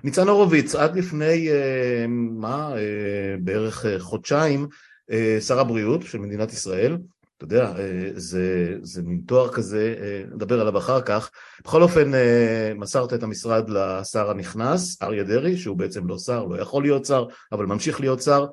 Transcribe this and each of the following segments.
ניצן הורוביץ, עד לפני בערך חודשיים, שר הבריאות של מדינת ישראל, אתה יודע, זה מין תואר כזה, נדבר עליו אחר כך. בכל אופן, מסרת את המשרד לשר הנכנס, אריה דרעי, שהוא בעצם לא שר, לא יכול להיות שר, אבל ממשיך להיות שר,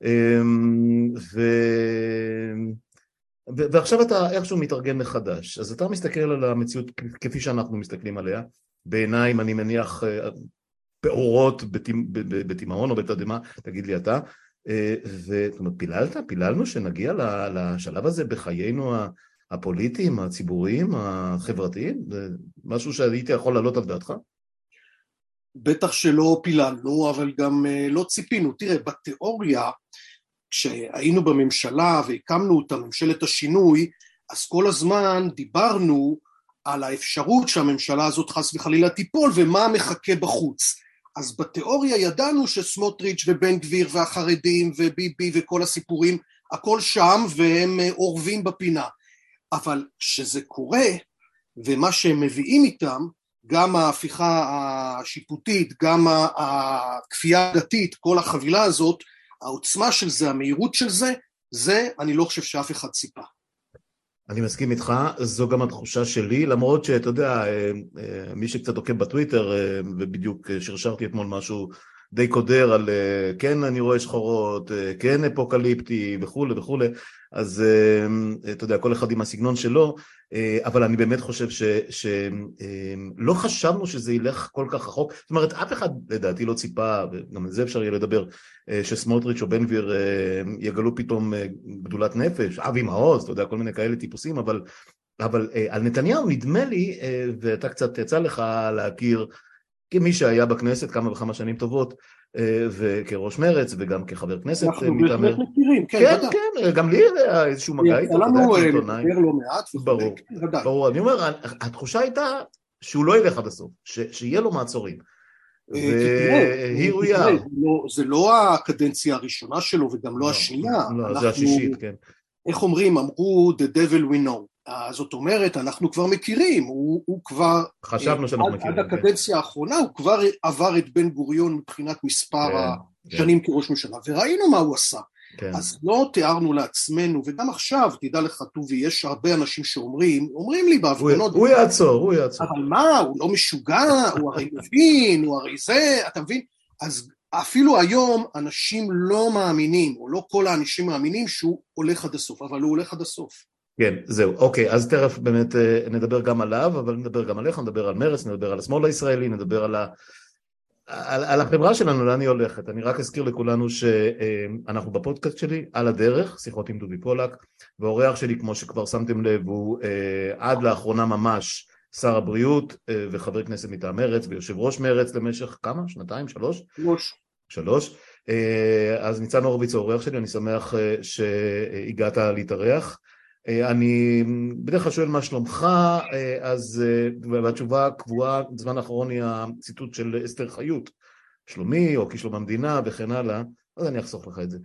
ועכשיו אתה איכשהו מתארגן מחדש, אז אתה מסתכל על המציאות כפי שאנחנו מסתכלים עליה, בעיניים, אני מניח, פעורות בתימהון או בתדהמה, תגיד לי אתה, זאת אומרת, פיללנו שנגיע לשלב הזה בחיינו הפוליטיים, הציבוריים, החברתיים, משהו שהייתי יכול לעלות על דעתך? בטח שלא פיללנו, אבל גם לא ציפינו. תראה, בתיאוריה, כשהיינו בממשלה והקמנו אותה, ממשלת השינוי, אז כל הזמן דיברנו על האפשרות שהממשלה הזאת חס וחלילה תיפול, ומה מחכה בחוץ. אז בתיאוריה ידענו שסמוטריץ' ובן גביר והחרדים וביבי וכל הסיפורים, הכל שם והם עורבים בפינה. אבל כשזה קורה, ומה שהם מביאים איתם, גם ההפיכה השיפוטית, גם הכפייה הדתית, כל החבילה הזאת, העוצמה של זה, המהירות של זה, זה אני לא חושב שאף אחד ציפה. אני מסכים איתך, זו גם התחושה שלי, למרות שאתה יודע, מי שקצת עוקב בטוויטר, ובדיוק שרשרתי אתמול משהו די קודר על כן אני רואה שחורות, כן אפוקליפטי וכו' וכו', אז אתה יודע, כל אחד עם הסגנון שלו, אבל אני באמת חושב שלא חשבנו שזה ילך כל כך רחוק, זאת אומרת, אף אחד לדעתי לא ציפה, וגם על זה אפשר יהיה לדבר, שסמוטריץ' או בן גביר יגלו פתאום גדולת נפש, אבי מעוז, אתה יודע, כל מיני כאלה טיפוסים, אבל על נתניהו נדמה לי, ואתה קצת יצא לך להכיר, כמי שהיה בכנסת כמה וכמה שנים טובות, וכראש מרץ וגם כחבר כנסת. אנחנו בהחלט מכירים, כן, כן, ודאי. כן, גם לי היה איזשהו מגע איתו, יצא לנו לדבר לא מעט. ברור, ברור, אני אומר, התחושה הייתה שהוא לא ילך עד הסוף, שיהיה לו מעצורים. זה לא הקדנציה הראשונה שלו וגם לא השנייה. לא, זה השישית, כן. איך אומרים, אמרו the devil we know. זאת אומרת, אנחנו כבר מכירים, הוא כבר, חשבנו שאנחנו מכירים. עד הקדנציה האחרונה, הוא כבר עבר את בן גוריון מבחינת מספר השנים כראש ממשלה, וראינו מה הוא עשה. אז לא תיארנו לעצמנו, וגם עכשיו, תדע לך טובי, יש הרבה אנשים שאומרים לי בהפגנות, הוא יעצור. אבל מה, הוא לא משוגע, הוא הרי מבין, הוא הרי זה, אתה מבין? אז אפילו היום אנשים לא מאמינים, או לא כל האנשים מאמינים שהוא הולך עד הסוף, אבל הוא הולך עד הסוף. כן, זהו, אוקיי, אז תכף באמת נדבר גם עליו, אבל נדבר גם עליך, נדבר על מרץ, נדבר על השמאל הישראלי, נדבר על החברה שלנו, לאן היא הולכת. אני רק אזכיר לכולנו שאנחנו בפודקאסט שלי, על הדרך, שיחות עם דובי פולק, והאורח שלי, כמו שכבר שמתם לב, הוא עד לאחרונה ממש שר הבריאות וחבר כנסת מטעם מרץ, ויושב ראש מרץ למשך כמה? שנתיים? שלוש. אז ניצן הורוביץ האורח שלי, אני שמח שהגעת להתארח. אני בדרך כלל שואל מה שלומך, אז והתשובה הקבועה בזמן האחרון היא הציטוט של אסתר חיות, שלומי או כשלום המדינה וכן הלאה, אז אני אחסוך לך את זה.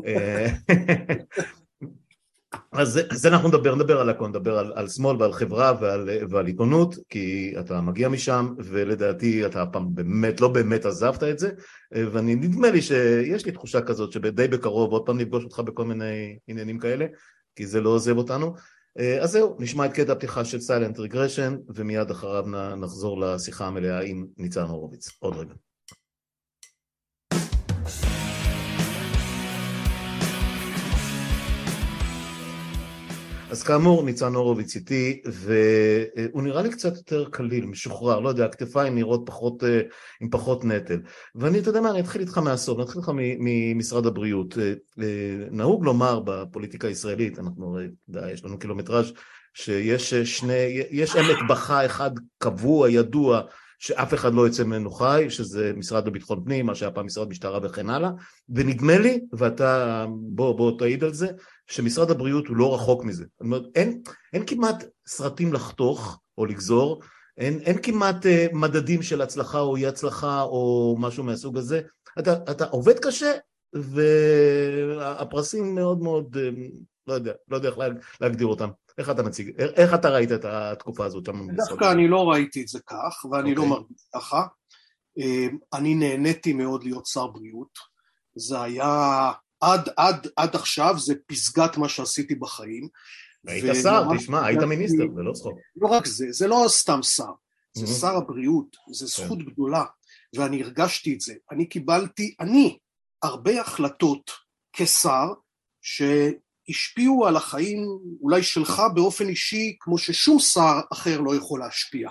אז אנחנו נדבר על הכל, נדבר על שמאל ועל חברה ועל עיתונות, כי אתה מגיע משם, ולדעתי אתה באמת לא באמת עזבת את זה, ואני נדמה לי שיש לי תחושה כזאת שדי בקרוב עוד פעם נפגוש אותך בכל מיני עניינים כאלה, כי זה לא עוזב אותנו. אז זהו, נשמע את קטע הפתיחה של Silent Regression, ומיד אחריו נחזור לשיחה המלאה עם ניצן הורוביץ. עוד רגע. אז כאמור, ניצן הורוביץ איתי, והוא נראה לי קצת יותר קליל, משוחרר, לא יודע, הכתפיים נראות עם פחות נטל. ואני, אתה יודע מה, אני אתחיל איתך מהסוף, אני אתחיל איתך ממשרד הבריאות. נהוג לומר בפוליטיקה הישראלית, אנחנו, יש לנו קילומטראז' יש עמק בכה אחד קבוע, ידוע, שאף אחד לא יצא ממנו חי, שזה משרד לביטחון פנים, מה שהיה פעם משרד משטרה וכן הלאה, ונדמה לי, ואתה בוא תעיד על זה, שמשרד הבריאות הוא לא רחוק מזה. זאת אומרת, אין כמעט סרטים לחתוך או לגזור, אין כמעט מדדים של הצלחה או אי הצלחה או משהו מהסוג הזה. אתה עובד קשה, והפרסים מאוד מאוד, לא יודע איך להגדיר אותם. איך אתה מציג, איך אתה ראית את התקופה הזאת? דווקא אני לא ראיתי את זה כך, ואני לא מרגיש ככה. אני נהניתי מאוד להיות שר בריאות, זה היה עד עכשיו, זה פסגת מה שעשיתי בחיים. היית שר, תשמע, היית מיניסטר, זה לא צחוק. לא רק זה, זה לא סתם שר, זה שר הבריאות, זה כן. זכות גדולה, ואני הרגשתי את זה. אני קיבלתי, הרבה החלטות כשר, שהשפיעו על החיים אולי שלך באופן אישי, כמו ששום שר אחר לא יכול להשפיע.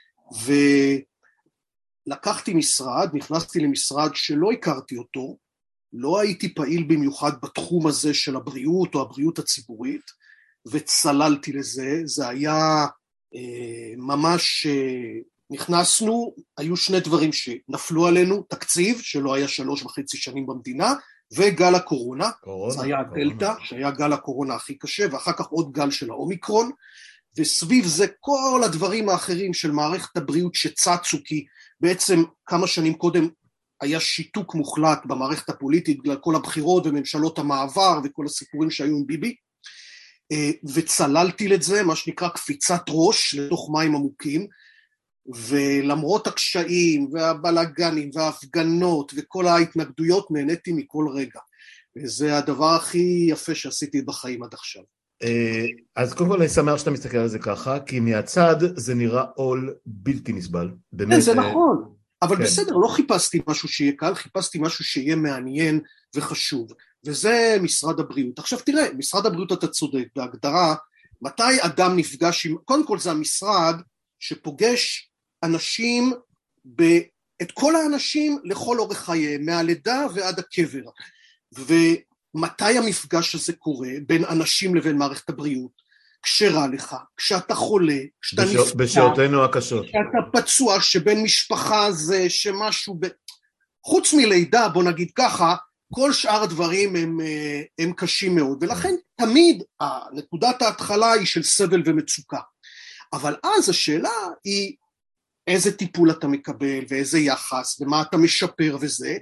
ולקחתי משרד, נכנסתי למשרד שלא הכרתי אותו, לא הייתי פעיל במיוחד בתחום הזה של הבריאות או הבריאות הציבורית, וצללתי לזה, זה היה ממש, נכנסנו, היו שני דברים שנפלו עלינו, תקציב שלא היה 3.5 שנים במדינה, וגל הקורונה, זה היה הדלתא, שהיה גל הקורונה הכי קשה, ואחר כך עוד גל של האומיקרון, וסביב זה כל הדברים האחרים של מערכת הבריאות שצצו, כי בעצם כמה שנים קודם היה שיתוק מוחלט במערכת הפוליטית, בגלל כל הבחירות וממשלות המעבר וכל הסיפורים שהיו עם ביבי, וצללתי לזה, מה שנקרא קפיצת ראש לתוך מים עמוקים, ולמרות הקשיים והבלגנים וההפגנות וכל ההתנגדויות, נהניתי מכל רגע. וזה הדבר הכי יפה שעשיתי בחיים עד עכשיו. אז קודם כל אני שמח שאתה מסתכל על זה ככה, כי מהצד זה נראה עול בלתי נסבל. כן, זה נכון. אבל בסדר, לא חיפשתי משהו שיהיה קל, חיפשתי משהו שיהיה מעניין וחשוב. וזה משרד הבריאות. עכשיו תראה, משרד הבריאות אתה צודק, בהגדרה, מתי אדם נפגש עם, קודם כל זה המשרד שפוגש אנשים, את כל האנשים לכל אורך חייהם, מהלידה ועד הקבר. ומתי המפגש הזה קורה בין אנשים לבין מערכת הבריאות? כשרע לך, כשאתה חולה, כשאתה נפגע, בשעותינו הקשות. כשאתה פצוע, שבין משפחה זה, שמשהו, חוץ מלידה, בוא נגיד ככה, כל שאר הדברים הם קשים מאוד, ולכן תמיד נקודת ההתחלה היא של סבל ומצוקה. אבל אז השאלה היא איזה טיפול אתה מקבל, ואיזה יחס, ומה אתה משפר וזה,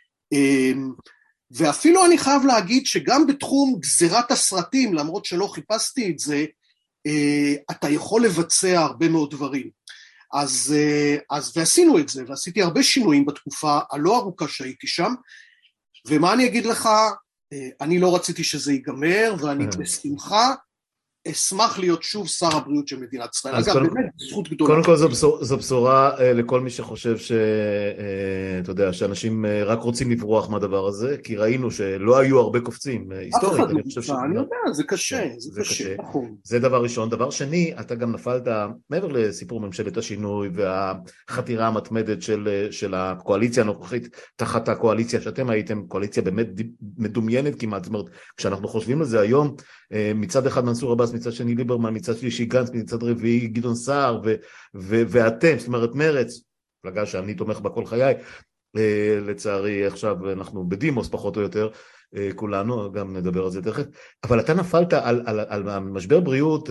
ואפילו אני חייב להגיד שגם בתחום גזירת הסרטים, למרות שלא חיפשתי את זה, אתה יכול לבצע הרבה מאוד דברים. אז ועשינו את זה, ועשיתי הרבה שינויים בתקופה הלא ארוכה שהייתי שם, ומה אני אגיד לך, אני לא רציתי שזה ייגמר, ואני בשמחה אשמח להיות שוב שר הבריאות של מדינת ישראל. אגב, באמת, זכות גדולה. קודם כל זו בשורה לכל מי שחושב אתה יודע, שאנשים רק רוצים לברוח מהדבר הזה, כי ראינו שלא היו הרבה קופצים היסטורית. אני יודע, זה קשה, זה קשה. זה דבר ראשון. דבר שני, אתה גם נפלת, מעבר לסיפור ממשלת השינוי, והחתירה המתמדת של הקואליציה הנוכחית, תחת הקואליציה שאתם הייתם, קואליציה באמת מדומיינת כמעט, זאת אומרת, כשאנחנו חושבים על זה היום, מצד אחד מנסור עבאס, מצד שני ליברמן, מצד שלישי גנץ, מצד רביעי גדעון סער, ואתם, זאת אומרת מרץ, פלגה שאני תומך בה כל חיי, לצערי עכשיו אנחנו בדימוס פחות או יותר, כולנו, גם נדבר על זה תכף, אבל אתה נפלת על משבר בריאות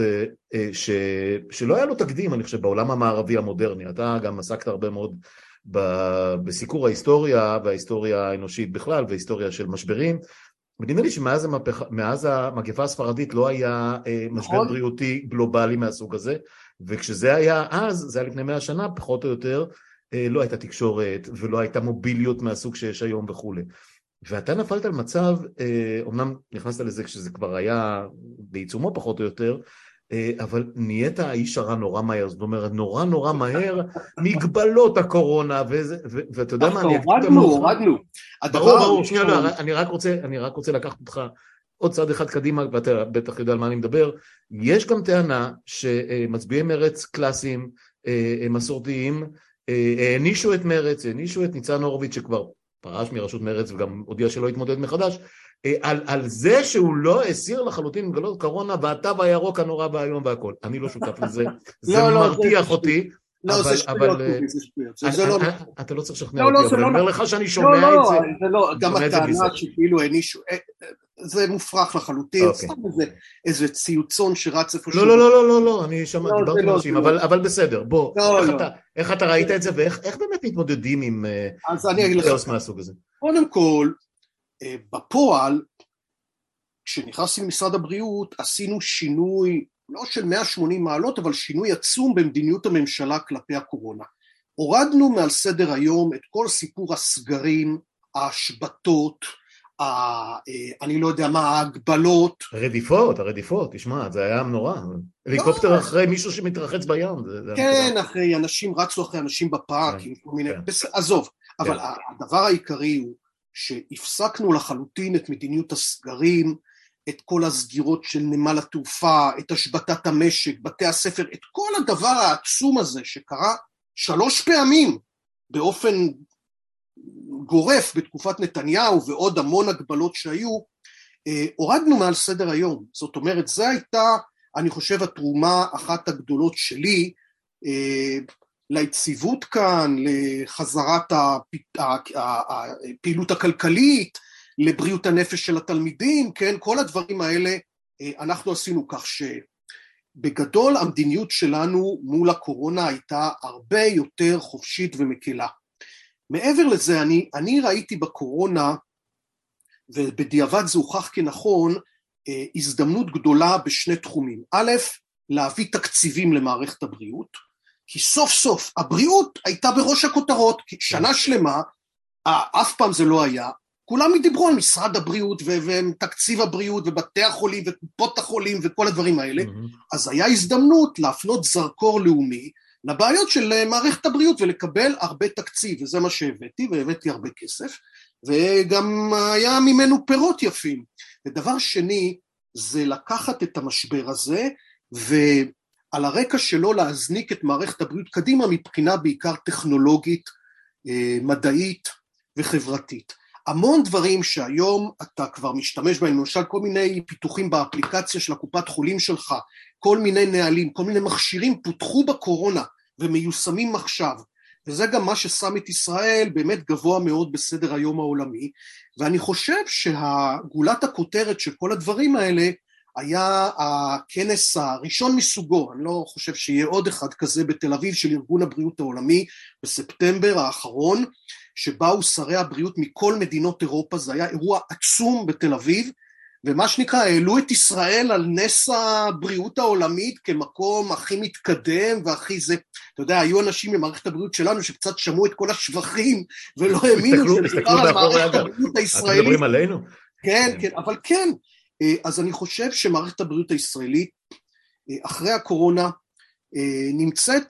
שלא היה לו תקדים, אני חושב, בעולם המערבי המודרני, אתה גם עסקת הרבה מאוד בסיקור ההיסטוריה, וההיסטוריה האנושית בכלל, וההיסטוריה של משברים, ונראה לי שמאז המגפה הספרדית לא היה משבר בריאותי גלובלי מהסוג הזה, וכשזה היה אז, זה היה לפני 100 שנה, פחות או יותר, לא הייתה תקשורת, ולא הייתה מוביליות מהסוג שיש היום וכו'. ואתה נפלת על מצב, אמנם נכנסת לזה כשזה כבר היה בעיצומו פחות או יותר, אבל נהיית האיש הרע נורא מהר, זאת אומרת, נורא מהר, מגבלות הקורונה, ואתה יודע מה, אני אגיד את הורדנו. ברור, שנייה, אני רק רוצה לקחת אותך עוד צעד אחד קדימה, ואתה בטח יודע על מה אני מדבר, יש גם טענה שמצביעי מרץ קלאסיים, מסורתיים, הענישו את מרץ, הענישו את ניצן הורוביץ, שכבר פרש מראשות מרץ, וגם הודיע שלא יתמודד מחדש, על זה שהוא לא הסיר לחלוטין מגבלות קורונה, והתו הירוק הנורא והיום והכל. אני לא שותף לזה, זה מרתיח אותי. לא, זה שטויות, זה לא... אתה לא צריך לשכנע אותי, אבל אני אומר לך שאני שומע את זה. לא, גם הטענה שכאילו הענישו, זה מופרך לחלוטין, סתם איזה ציוצון שרץ איפה שהוא. לא, אני דיברתי עם אנשים, אבל בסדר, בוא, איך אתה ראית את זה, ואיך באמת מתמודדים עם כאוס מהסוג הזה? קודם כל, בפועל, כשנכנסתי למשרד הבריאות, עשינו שינוי, לא של 180 מעלות, אבל שינוי עצום במדיניות הממשלה כלפי הקורונה. הורדנו מעל סדר היום את כל סיפור הסגרים, ההשבתות, אני לא יודע מה, ההגבלות. הרדיפות, תשמע, זה היה נורא. הליקופטר אחרי מישהו שמתרחץ בים. כן, אנשים רצו אחרי אנשים בפארק, עזוב, אבל הדבר העיקרי הוא שהפסקנו לחלוטין את מדיניות הסגרים, את כל הסגירות של נמל התעופה, את השבתת המשק, בתי הספר, את כל הדבר העצום הזה שקרה 3 פעמים באופן גורף בתקופת נתניהו ועוד המון הגבלות שהיו, הורדנו מעל סדר היום. זאת אומרת, זה הייתה, אני חושב, התרומה אחת הגדולות שלי ליציבות כאן, לחזרת הפעילות הכלכלית, לבריאות הנפש של התלמידים, כן, כל הדברים האלה אנחנו עשינו, כך שבגדול המדיניות שלנו מול הקורונה הייתה הרבה יותר חופשית ומקלה. מעבר לזה, אני ראיתי בקורונה, ובדיעבד זה הוכח כנכון, הזדמנות גדולה בשני תחומים. א', להביא תקציבים למערכת הבריאות, כי סוף סוף הבריאות הייתה בראש הכותרות, כי שנה שלמה, אף פעם זה לא היה, כולם דיברו על משרד הבריאות ותקציב הבריאות ובתי החולים וקופות החולים וכל הדברים האלה, אז היה הזדמנות להפנות זרקור לאומי לבעיות של מערכת הבריאות ולקבל הרבה תקציב, וזה מה שהבאתי, והבאתי הרבה כסף, וגם היה ממנו פירות יפים. ודבר שני, זה לקחת את המשבר הזה, ועל הרקע שלו להזניק את מערכת הבריאות קדימה, מבחינה בעיקר טכנולוגית, מדעית וחברתית. המון דברים שהיום אתה כבר משתמש בהם, למשל כל מיני פיתוחים באפליקציה של הקופת חולים שלך, כל מיני נהלים, כל מיני מכשירים פותחו בקורונה ומיושמים עכשיו, וזה גם מה ששם את ישראל באמת גבוה מאוד בסדר היום העולמי, ואני חושב שהגולת הכותרת של כל הדברים האלה היה הכנס הראשון מסוגו, אני לא חושב שיהיה עוד אחד כזה בתל אביב של ארגון הבריאות העולמי בספטמבר האחרון, שבאו שרי הבריאות מכל מדינות אירופה, זה היה אירוע עצום בתל אביב, ומה שנקרא, העלו את ישראל על נס הבריאות העולמית כמקום הכי מתקדם והכי זה, אתה יודע, היו אנשים במערכת הבריאות שלנו שקצת שמעו את כל השבחים ולא האמינו הסתכלו מאחורי אגב, אתם מדברים עלינו? כן, כן, אבל כן, אז אני חושב שמערכת הבריאות הישראלית אחרי הקורונה נמצאת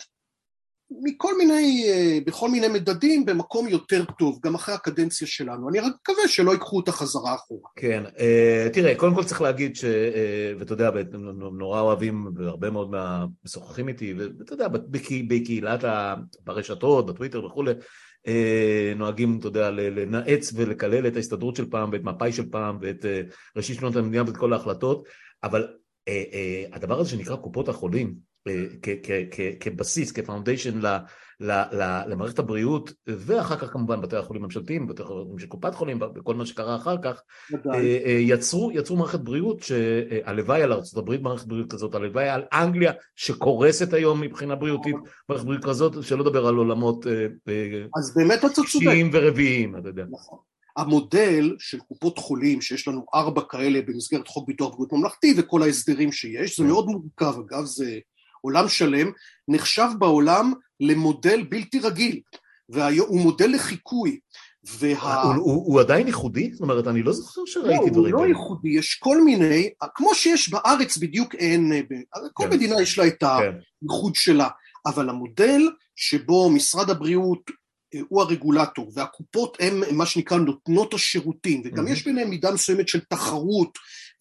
בכל מיני מדדים במקום יותר טוב, גם אחרי הקדנציה שלנו. אני רק מקווה שלא ייקחו אותה חזרה אחורה. כן, תראה, קודם כל צריך להגיד ואתה יודע, נורא אוהבים, והרבה מאוד משוחחים איתי, ואתה יודע, בקהילת ברשתות, בטוויטר וכו', נוהגים, אתה יודע, לנעץ ולקלל את ההסתדרות של פעם, ואת מפאי של פעם, ואת ראשית שנות המדינה ואת כל ההחלטות, אבל הדבר הזה שנקרא קופות החולים, כבסיס, כפאונדיישן למערכת הבריאות, ואחר כך כמובן בתי החולים הממשלתיים, בתי החולים של קופת חולים, וכל מה שקרה אחר כך, יצרו מערכת בריאות שהלוואי על ארצות הברית מערכת בריאות כזאת, הלוואי על אנגליה שקורסת היום מבחינה בריאותית, מערכת בריאות כזאת, שלא לדבר על עולמות שיים ורביעיים, אתה יודע. נכון. המודל של קופות חולים, שיש לנו 4 כאלה במסגרת חוק ביטוח בריאות ממלכתי, וכל ההסדרים שיש, זה מאוד מורכב, אגב, זה עולם שלם, נחשב בעולם למודל בלתי רגיל, והוא מודל לחיקוי. הוא עדיין ייחודי? זאת אומרת, אני לא זוכר שראיתי דברים. הוא לא ייחודי, יש כל מיני, כמו שיש בארץ בדיוק אין, כל מדינה יש לה את הייחוד שלה, אבל המודל שבו משרד הבריאות הוא הרגולטור, והקופות הם מה שנקרא נותנות השירותים, וגם יש ביניהם מידה מסוימת של תחרות,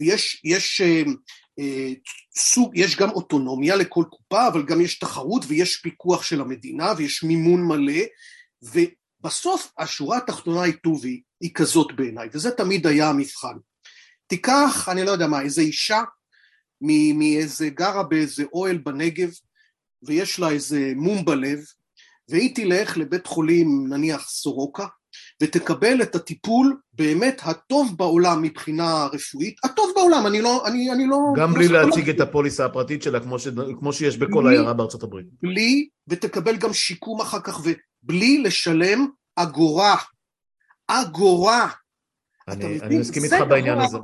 ויש גם אוטונומיה לכל קופה, אבל גם יש תחרות, ויש פיקוח של המדינה, ויש מימון מלא, ובסוף השורה התחתונה היא כזאת בעיניי, וזה תמיד היה המבחן. תיקח, אני לא יודע מה, איזו אישה, מאיזה גרה באיזה אוהל בנגב, ויש לה איזה מום בלב, והיא תלך לבית חולים נניח סורוקה, ותקבל את הטיפול באמת הטוב בעולם מבחינה רפואית, הטוב בעולם, אני לא... גם בלי להציג את הפוליסה הפרטית שלה, כמו שיש בכל העיירה בארצות הברית. בלי, ותקבל גם שיקום אחר כך, ובלי לשלם אגורה. אני מסכים איתך בעניין הזה.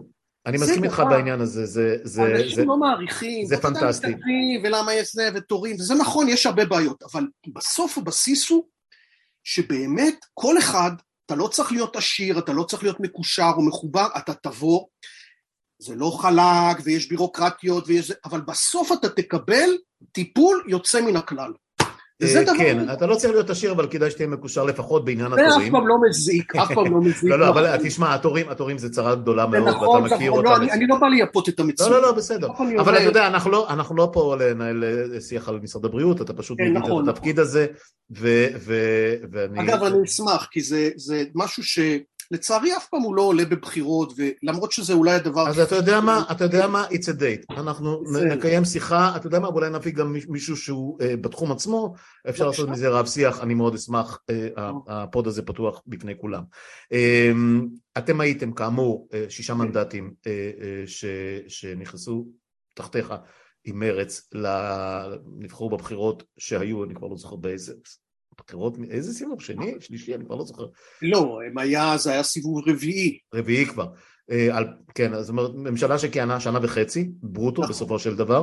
אני מסכים איתך בעניין הזה, אנשים לא מעריכים, זה פנטסטי. ולמה יש זה ותורים, זה נכון, יש הרבה בעיות, אבל בסוף הבסיס הוא שבאמת כל אחד, אתה לא צריך להיות עשיר, אתה לא צריך להיות מקושר או מחובר, אתה תבוא, זה לא חלק ויש בירוקרטיות, אבל בסוף אתה תקבל טיפול יוצא מן הכלל. כן, אתה לא צריך להיות עשיר, אבל כדאי שתהיה מקושר לפחות בעניין התורים. זה אף פעם לא מזיק, אף פעם לא מזיק. לא, אבל תשמע, התורים זה צרה גדולה מאוד, ואתה מכיר אותה. אני לא בא לייפות את המציאות. לא, בסדר. אבל אתה יודע, אנחנו לא פה לנהל שיח על משרד הבריאות, אתה פשוט מבין את התפקיד הזה, ואני... אגב, אני אשמח, כי זה משהו לצערי אף פעם הוא לא עולה בבחירות, ולמרות שזה אולי הדבר... אז אתה יודע מה? It's a date. אנחנו נקיים שיחה, אתה יודע מה? אולי נביא גם מישהו שהוא בתחום עצמו, אפשר לעשות מזה רב שיח, אני מאוד אשמח, הפוד הזה פתוח בפני כולם. אתם הייתם כאמור 6 מנדטים שנכנסו תחתיך עם מרץ, נבחרו בבחירות שהיו, אני כבר לא זוכר באיזה... בחירות, איזה סיבוב? שני? שלישי? אני כבר לא זוכר. לא, זה היה סיבוב רביעי. רביעי כבר. כן, זאת אומרת, ממשלה שכיהנה 1.5 שנה, ברוטו בסופו של דבר.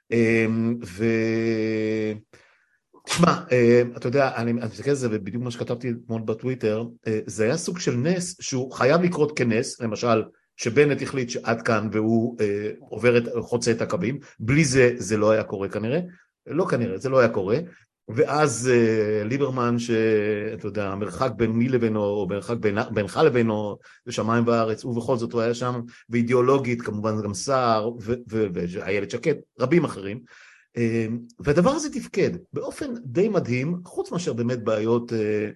תשמע, אתה יודע, אני מסתכל על זה, ובדיוק מה שכתבתי אתמול בטוויטר, זה היה סוג של נס שהוא חייב לקרות כנס, למשל, שבנט החליט שעד כאן והוא חוצה את הקווים, בלי זה, זה לא היה קורה כנראה. לא כנראה, זה לא היה קורה. ואז ליברמן, שאתה יודע, המרחק ביני לבינו, או מרחק בינך לבינו, בשמיים וארץ, ובכל זאת הוא היה שם, ואידיאולוגית, כמובן גם סער, ואיילת שקד, רבים אחרים, והדבר הזה תפקד, באופן די מדהים, חוץ מאשר באמת בעיות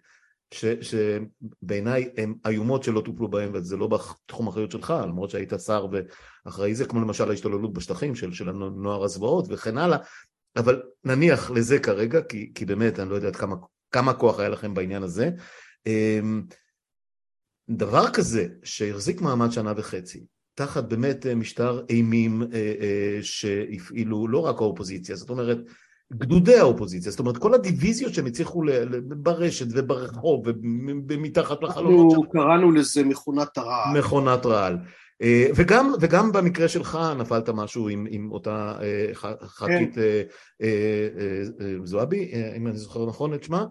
שבעיניי הן איומות שלא טופלו בהן, וזה לא בתחום אחריות שלך, למרות שהיית שר ואחראי זה, כמו למשל ההשתוללות בשטחים של הנוער הזוועות וכן הלאה, אבל נניח לזה כרגע, כי באמת אני לא יודעת כמה כוח היה לכם בעניין הזה. דבר כזה שהחזיק מעמד 1.5 שנה, תחת באמת משטר אימים שהפעילו לא רק האופוזיציה, זאת אומרת, גדודי האופוזיציה, זאת אומרת, כל הדיוויזיות שהם הצליחו ברשת וברחוב ומתחת לחלונות. אנחנו קראנו לזה מכונת הרעל. מכונת רעל. וגם במקרה שלך נפלת משהו עם אותה ח"כית זועבי, אם אני זוכר נכון את שמה,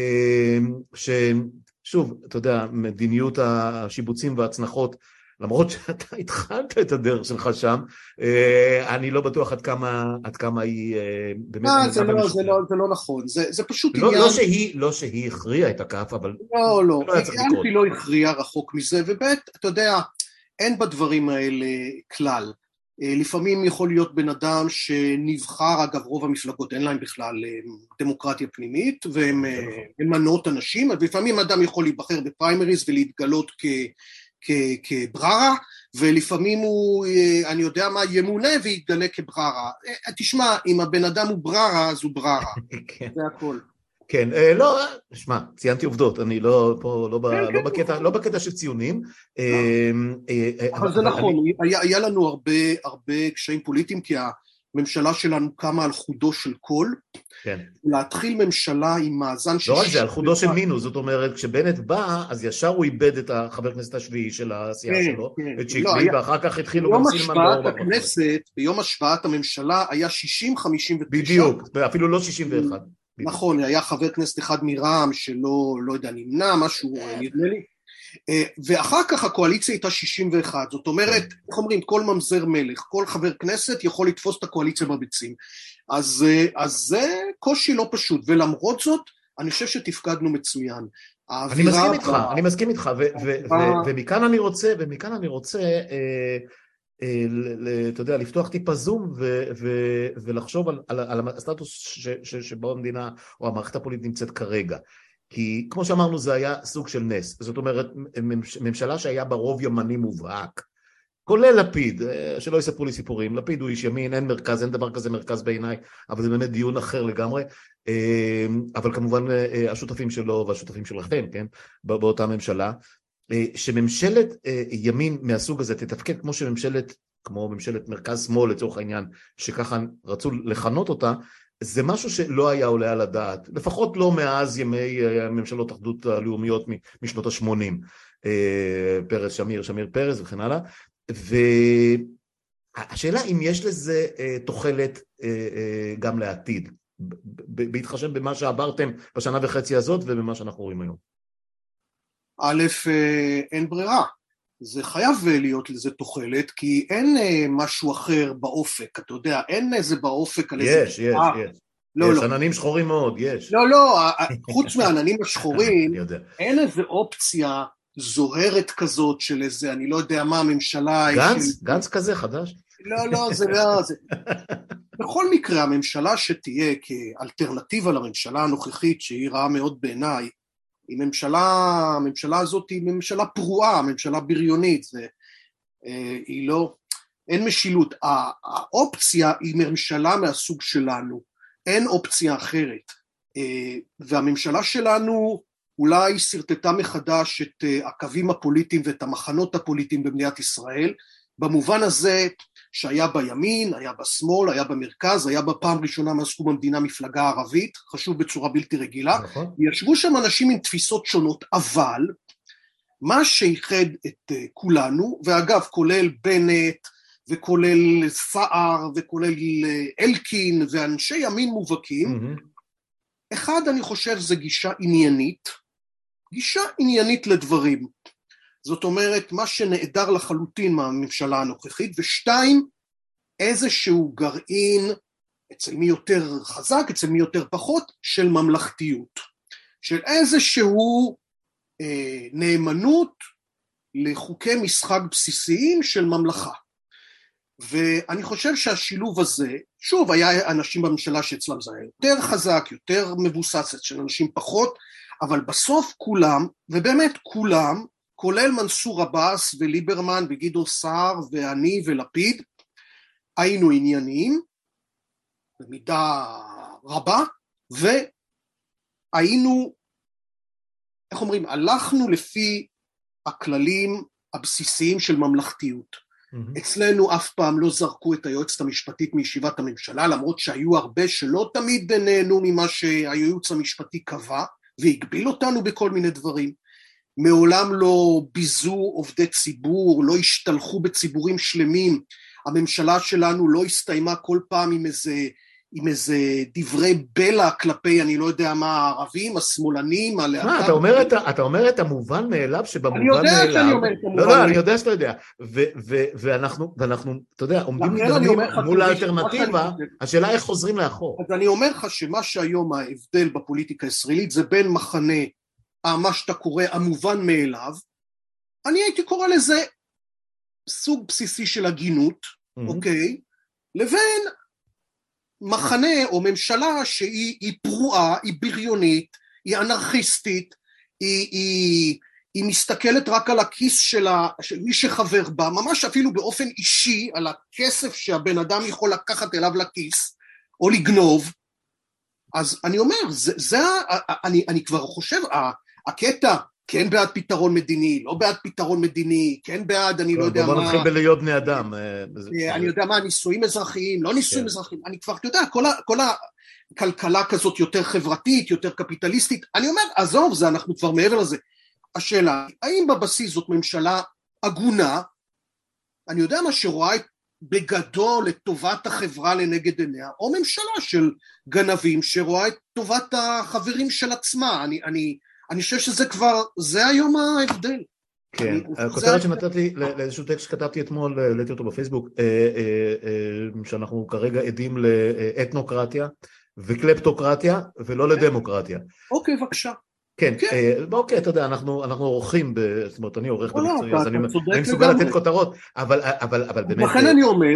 ששוב, אתה יודע, מדיניות השיבוצים וההצנחות, למרות שאתה התחלת את הדרך שלך שם, אני לא בטוח עד כמה היא באמת... זה לא נכון, זה פשוט עניין... לא שהיא הכריעה את הכף, אבל... לא, היא לא הכריעה רחוק מזה, ובית, אתה יודע, אין בדברים האלה כלל. לפעמים יכול להיות בן אדם שנבחר, אגב רוב המפלגות אין להם בכלל דמוקרטיה פנימית, והם מנות אנשים, ולפעמים אדם יכול להיבחר בפריימריז ולהתגלות כבררה, ולפעמים הוא, אני יודע מה, ימונה ויתגלה כבררה. תשמע, אם הבן אדם הוא בררה, אז הוא בררה. זה הכל. כן, לא, שמע, ציינתי עובדות, אני לא בקטע של ציונים. אבל זה נכון, היה לנו הרבה קשיים פוליטיים, כי הממשלה שלנו קמה על חודו של קול, להתחיל ממשלה עם מאזן לא רק זה, על חודו של מינוס, זאת אומרת, כשבנט בא, אז ישר הוא איבד את החבר כנסת השביעי של העשייה שלו, את שיקלי, ואחר כך התחילו גם סילמן באורבך. ביום השבעת הממשלה היה 60-59. בדיוק, אפילו לא 61. נכון, היה חבר כנסת אחד מרע"מ שלא, לא יודע, נמנע, משהו נדמה לי, ואחר כך הקואליציה הייתה 61, זאת אומרת, איך אומרים, כל ממזר מלך, כל חבר כנסת יכול לתפוס את הקואליציה בביצים, אז זה קושי לא פשוט, ולמרות זאת, אני חושב שתפקדנו מצוין. אני מסכים איתך, ומכאן אני רוצה, אתה יודע, לפתוח טיפה זום ולחשוב על הסטטוס שבו המדינה או המערכת הפוליטית נמצאת כרגע. כי כמו שאמרנו זה היה סוג של נס, זאת אומרת ממשלה שהיה ברוב ימני מובהק, כולל לפיד, שלא יספרו לי סיפורים, לפיד הוא איש ימין, אין מרכז, אין דבר כזה מרכז בעיניי, אבל זה באמת דיון אחר לגמרי, אבל כמובן השותפים שלו והשותפים שלכם, כן, באותה ממשלה, שממשלת ימין מהסוג הזה תתפקד כמו ממשלת מרכז שמאל לצורך העניין, שככה רצו לכנות אותה, זה משהו שלא היה עולה על הדעת, לפחות לא מאז ימי ממשלות אחדות הלאומיות משנות ה-80, פרס שמיר פרס וכן הלאה, והשאלה אם יש לזה תוחלת גם לעתיד, בהתחשב במה שעברתם בשנה וחצי הזאת ובמה שאנחנו רואים היום. א', אין ברירה. זה חייב להיות לזה תוחלת, כי אין משהו אחר באופק, אתה יודע, אין איזה באופק על איזה... יש. לא, יש לא. עננים שחורים מאוד, יש. לא, חוץ מהעננים השחורים, אני יודע. אין איזה אופציה זוהרת כזאת של איזה, אני לא יודע מה, הממשלה... גנץ כזה חדש? לא, זה לא... בכל מקרה, הממשלה שתהיה כאלטרנטיבה לממשלה הנוכחית, שהיא רעה מאוד בעיניי, הממשלה הזאת היא ממשלה פרועה, ממשלה בריונית, היא לא, אין משילות. האופציה היא ממשלה מהסוג שלנו, אין אופציה אחרת, והממשלה שלנו אולי סרטטה מחדש את הקווים הפוליטיים ואת המחנות הפוליטיים במדינת ישראל, במובן הזה שהיה בימין, היה בשמאל, היה במרכז, היה בפעם ראשונה מאז קום המדינה מפלגה ערבית, חשוב בצורה בלתי רגילה, נכון. ישבו שם אנשים עם תפיסות שונות, אבל מה שאיחד את כולנו, ואגב כולל בנט וכולל סער וכולל אלקין ואנשי ימין מובהקים, אחד אני חושב זה גישה עניינית לדברים, זאת אומרת, מה שנעדר לחלוטין מהממשלה הנוכחית, ושתיים, איזשהו גרעין, אצל מי יותר חזק, אצל מי יותר פחות, של ממלכתיות, של איזשהו נאמנות לחוקי משחק בסיסיים של ממלכה. ואני חושב שהשילוב הזה, שוב, היה אנשים בממשלה שאצלם זה היה יותר חזק, יותר מבוסס, של אנשים פחות, אבל בסוף כולם, ובאמת כולם, כולל מנסור עבאס וליברמן וגדעון סער ואני ולפיד, היינו ענייניים במידה רבה, והיינו, איך אומרים, הלכנו לפי הכללים הבסיסיים של ממלכתיות. אצלנו אף פעם לא זרקו את היועצת המשפטית מישיבת הממשלה, למרות שהיו הרבה שלא תמיד נהנו ממה שהייעוץ המשפטי קבע, והגביל אותנו בכל מיני דברים. מעולם לא ביזו עובדי ציבור, לא השתלחו בציבורים שלמים, הממשלה שלנו לא הסתיימה כל פעם עם איזה דברי בלע כלפי, אני לא יודע מה, הערבים, השמאלנים, מה, אתה אומר את המובן מאליו שבמובן מאליו... אני יודע שאני אומר את המובן מאליו. לא, אני יודע שאתה יודע. ואנחנו, אתה יודע, עומדים מול האלטרנטיבה, השאלה איך חוזרים לאחור. אז אני אומר לך שמה שהיום ההבדל בפוליטיקה הישראלית, זה בין מחנה, מה שאתה קורא המובן מאליו, אני הייתי קורא לזה סוג בסיסי של הגינות, אוקיי? לבין מחנה או ממשלה שהיא פרועה, היא בריונית, היא אנרכיסטית, היא מסתכלת רק על הכיס של מי שחבר בה, ממש אפילו באופן אישי, על הכסף שהבן אדם יכול לקחת אליו לכיס, או לגנוב. אז אני אומר, אני כבר חושב, הקטע, כן בעד פתרון מדיני, לא בעד פתרון מדיני, כן בעד, אני לא יודע מה... בוא נתחיל בלהיות בני אדם. אני יודע מה, נישואים אזרחיים, לא נישואים אזרחיים, אני כבר, אתה יודע, כל הכלכלה כזאת יותר חברתית, יותר קפיטליסטית, אני אומר, עזוב, זה אנחנו כבר מעבר לזה. השאלה, האם בבסיס זאת ממשלה הגונה, אני יודע מה שרואה בגדול את טובת החברה לנגד עיניה, או ממשלה של גנבים שרואה את טובת החברים של עצמה, אני חושב שזה כבר, זה היום ההבדל. כן, הכותרת שנתתי לאיזשהו טקסט שכתבתי אתמול, העליתי אותו בפייסבוק, שאנחנו כרגע עדים לאתנוקרטיה וקלפטוקרטיה ולא לדמוקרטיה. אוקיי, בבקשה. כן, אוקיי, אתה יודע, אנחנו עורכים, זאת אומרת, אני עורך במקצועי, אז אני מסוגל לתת כותרות, אבל באמת... לכן אני אומר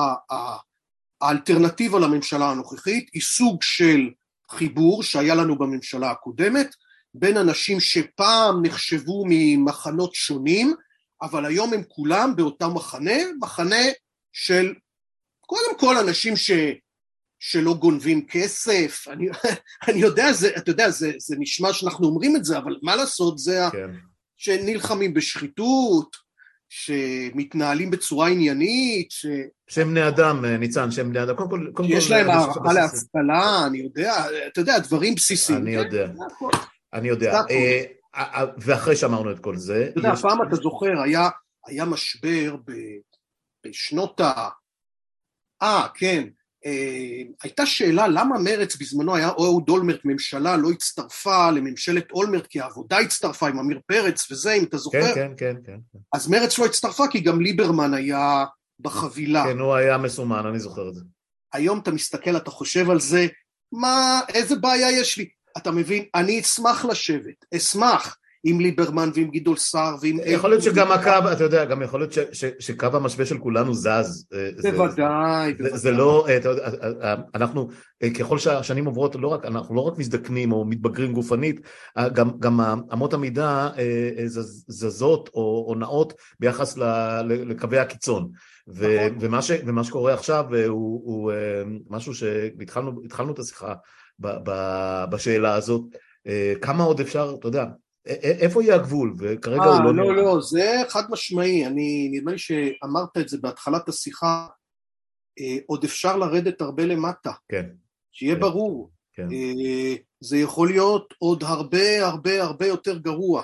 שהאלטרנטיבה לממשלה הנוכחית היא סוג של חיבור שהיה לנו בממשלה הקודמת, בין אנשים שפעם נחשבו ממחנות שונים, אבל היום הם כולם באותה מחנה של קודם כל אנשים שלא גונבים כסף, אני יודע, אתה יודע, זה נשמע שאנחנו אומרים את זה, אבל מה לעשות, זה שנלחמים בשחיתות, שמתנהלים בצורה עניינית, שהם בני אדם, ניצן, שהם בני אדם, יש להם הערכה להשכלה, אני יודע, אתה יודע, דברים בסיסיים. אני יודע, ואחרי שאמרנו את כל זה... אתה יודע, פעם אתה זוכר, היה משבר בשנות כן, הייתה שאלה למה מרץ בזמנו היה אהוד אולמרט, ממשלה לא הצטרפה לממשלת אולמרט, כי העבודה הצטרפה עם עמיר פרץ וזה, אם אתה זוכר. כן, כן, כן. אז מרץ לא הצטרפה כי גם ליברמן היה בחבילה. כן, הוא היה מסומן, אני זוכר את זה. היום אתה מסתכל, אתה חושב על זה, איזה בעיה יש לי? אתה מבין, אני אשמח לשבת, אשמח עם ליברמן ועם גדעול סער ועם... יכול להיות שגם הקו, אתה יודע, גם יכול להיות שקו המשווה של כולנו זז. בוודאי. זה לא, אנחנו, ככל שהשנים עוברות, אנחנו לא רק מזדקנים או מתבגרים גופנית, גם אמות המידה זזות או נעות ביחס לקווי הקיצון. ומה שקורה עכשיו הוא משהו שהתחלנו את השיחה בשאלה הזאת, כמה עוד אפשר, אתה יודע, איפה יהיה הגבול? וכרגע הוא לא נראה. לא, זה חד משמעי, נדמה לי שאמרת את זה בהתחלת השיחה, עוד אפשר לרדת הרבה למטה, כן. שיהיה ברור, כן. זה יכול להיות עוד הרבה הרבה הרבה יותר גרוע.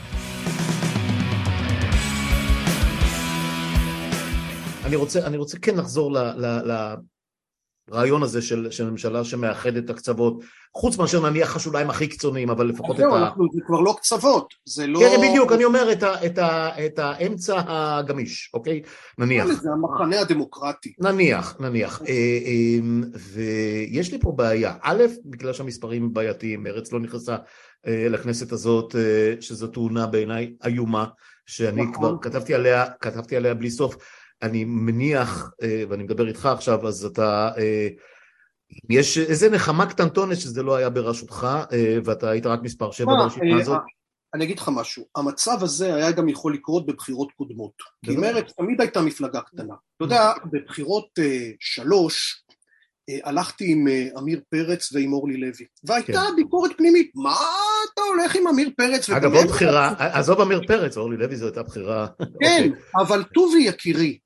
אני רוצה כן לחזור לרעיון הזה של ממשלה שמאחד את הקצוות, חוץ מאשר נניח השוליים הכי קיצוניים, אבל לפחות זה כבר לא קצוות, זה לא... כן, בדיוק, אני אומר את האמצע הגמיש, אוקיי? נניח. זה המחנה הדמוקרטי. נניח. ויש לי פה בעיה. א', בגלל שהמספרים בעייתיים, מרץ לא נכנסה לכנסת הזאת, שזו תאונה בעיניי איומה, שאני כבר כתבתי עליה בלי סוף. אני מניח, ואני מדבר איתך עכשיו, אז אתה, יש איזה נחמה קטנטונת שזה לא היה בראשותך, ואתה היית רק מספר 7 ברשימה הזאת. אני אגיד לך משהו, המצב הזה היה גם יכול לקרות בבחירות קודמות, כי מרצ תמיד הייתה מפלגה קטנה. אתה יודע, בבחירות 3, הלכתי עם עמיר פרץ ועם אורלי לוי, והייתה ביקורת פנימית, מה אתה הולך עם עמיר פרץ? אגב, עוד בחירה, עזוב עמיר פרץ, אורלי לוי זו הייתה בחירה. כן, אבל טובי יקירי,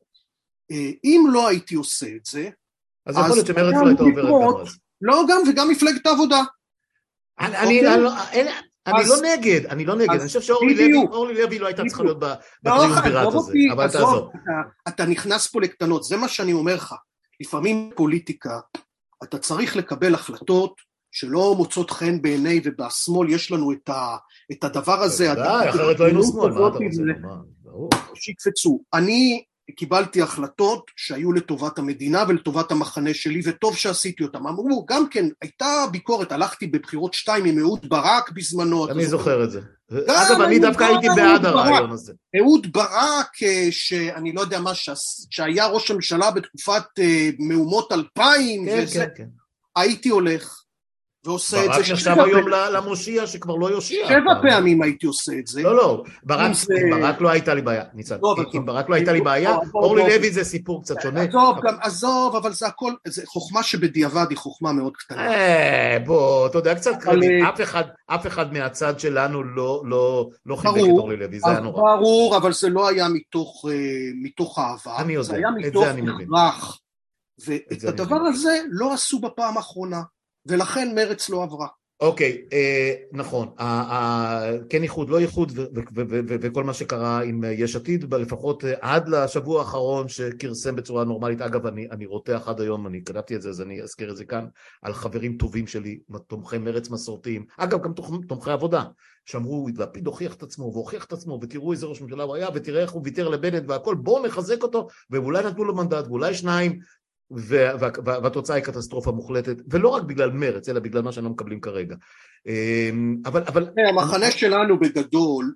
אם לא הייתי עושה את זה, אז יכול להיות שמרץ לא הייתה עוברת גם אז. לא, גם וגם מפלגת העבודה. אני לא נגד, אני חושב שאורלי לוי לא הייתה צריכה להיות בטריומווירט הזה, אבל תעזוב. אתה נכנס פה לקטנות, זה מה שאני אומר לך, לפעמים פוליטיקה, אתה צריך לקבל החלטות שלא מוצאות חן בעיני, ובשמאל יש לנו את הדבר הזה. אחרת לא היינו שמאל, מה אתה רוצה? שיקפצו. אני קיבלתי החלטות שהיו לטובת המדינה ולטובת המחנה שלי, וטוב שעשיתי אותם. אמרו, גם כן, הייתה ביקורת, הלכתי בבחירות 2 עם אהוד ברק בזמנו. אני זוכר את זה. אגב, אני דווקא הייתי בעד הרעיון הזה. אהוד ברק, שאני לא יודע מה, שהיה ראש הממשלה בתקופת מהומות 2000, הייתי הולך. ועושה את זה. ברק נחשב היום למושיע שכבר לא יושיע. 7 פעמים הייתי עושה את זה. לא, ברק לא הייתה לי בעיה, ניצן. אם ברק לא הייתה לי בעיה, אורלי לוי זה סיפור קצת שונה. עזוב, אבל זה הכל, חוכמה שבדיעבד היא חוכמה מאוד קטנה. בוא, אתה יודע, קצת קרדיט, אף אחד מהצד שלנו לא חיבק את אורלי לוי, זה היה נורא. ברור, אבל זה לא היה מתוך אהבה. אני יודע, זה היה מתוך הכרח. ואת הדבר הזה לא עשו בפעם האחרונה. ולכן מרץ לא עברה. אוקיי, נכון, כן איחוד, לא איחוד, וכל מה שקרה עם יש עתיד, לפחות עד לשבוע האחרון שכרסם בצורה נורמלית. אגב, אני רותח עד היום, אני כתבתי את זה, אז אני אזכיר את זה כאן, על חברים טובים שלי, תומכי מרץ מסורתיים, אגב, גם תומכי עבודה, שאמרו, לפיד הוכיח את עצמו, והוכיח את עצמו, ותראו איזה ראש ממשלה הוא היה, ותראה איך הוא ויתר לבנט והכל, בואו נחזק אותו, ואולי נתנו לו מנדט, ואולי 2, והתוצאה היא קטסטרופה מוחלטת, ולא רק בגלל מרץ, אלא בגלל מה שאנחנו מקבלים כרגע. אבל... המחנה שלנו בגדול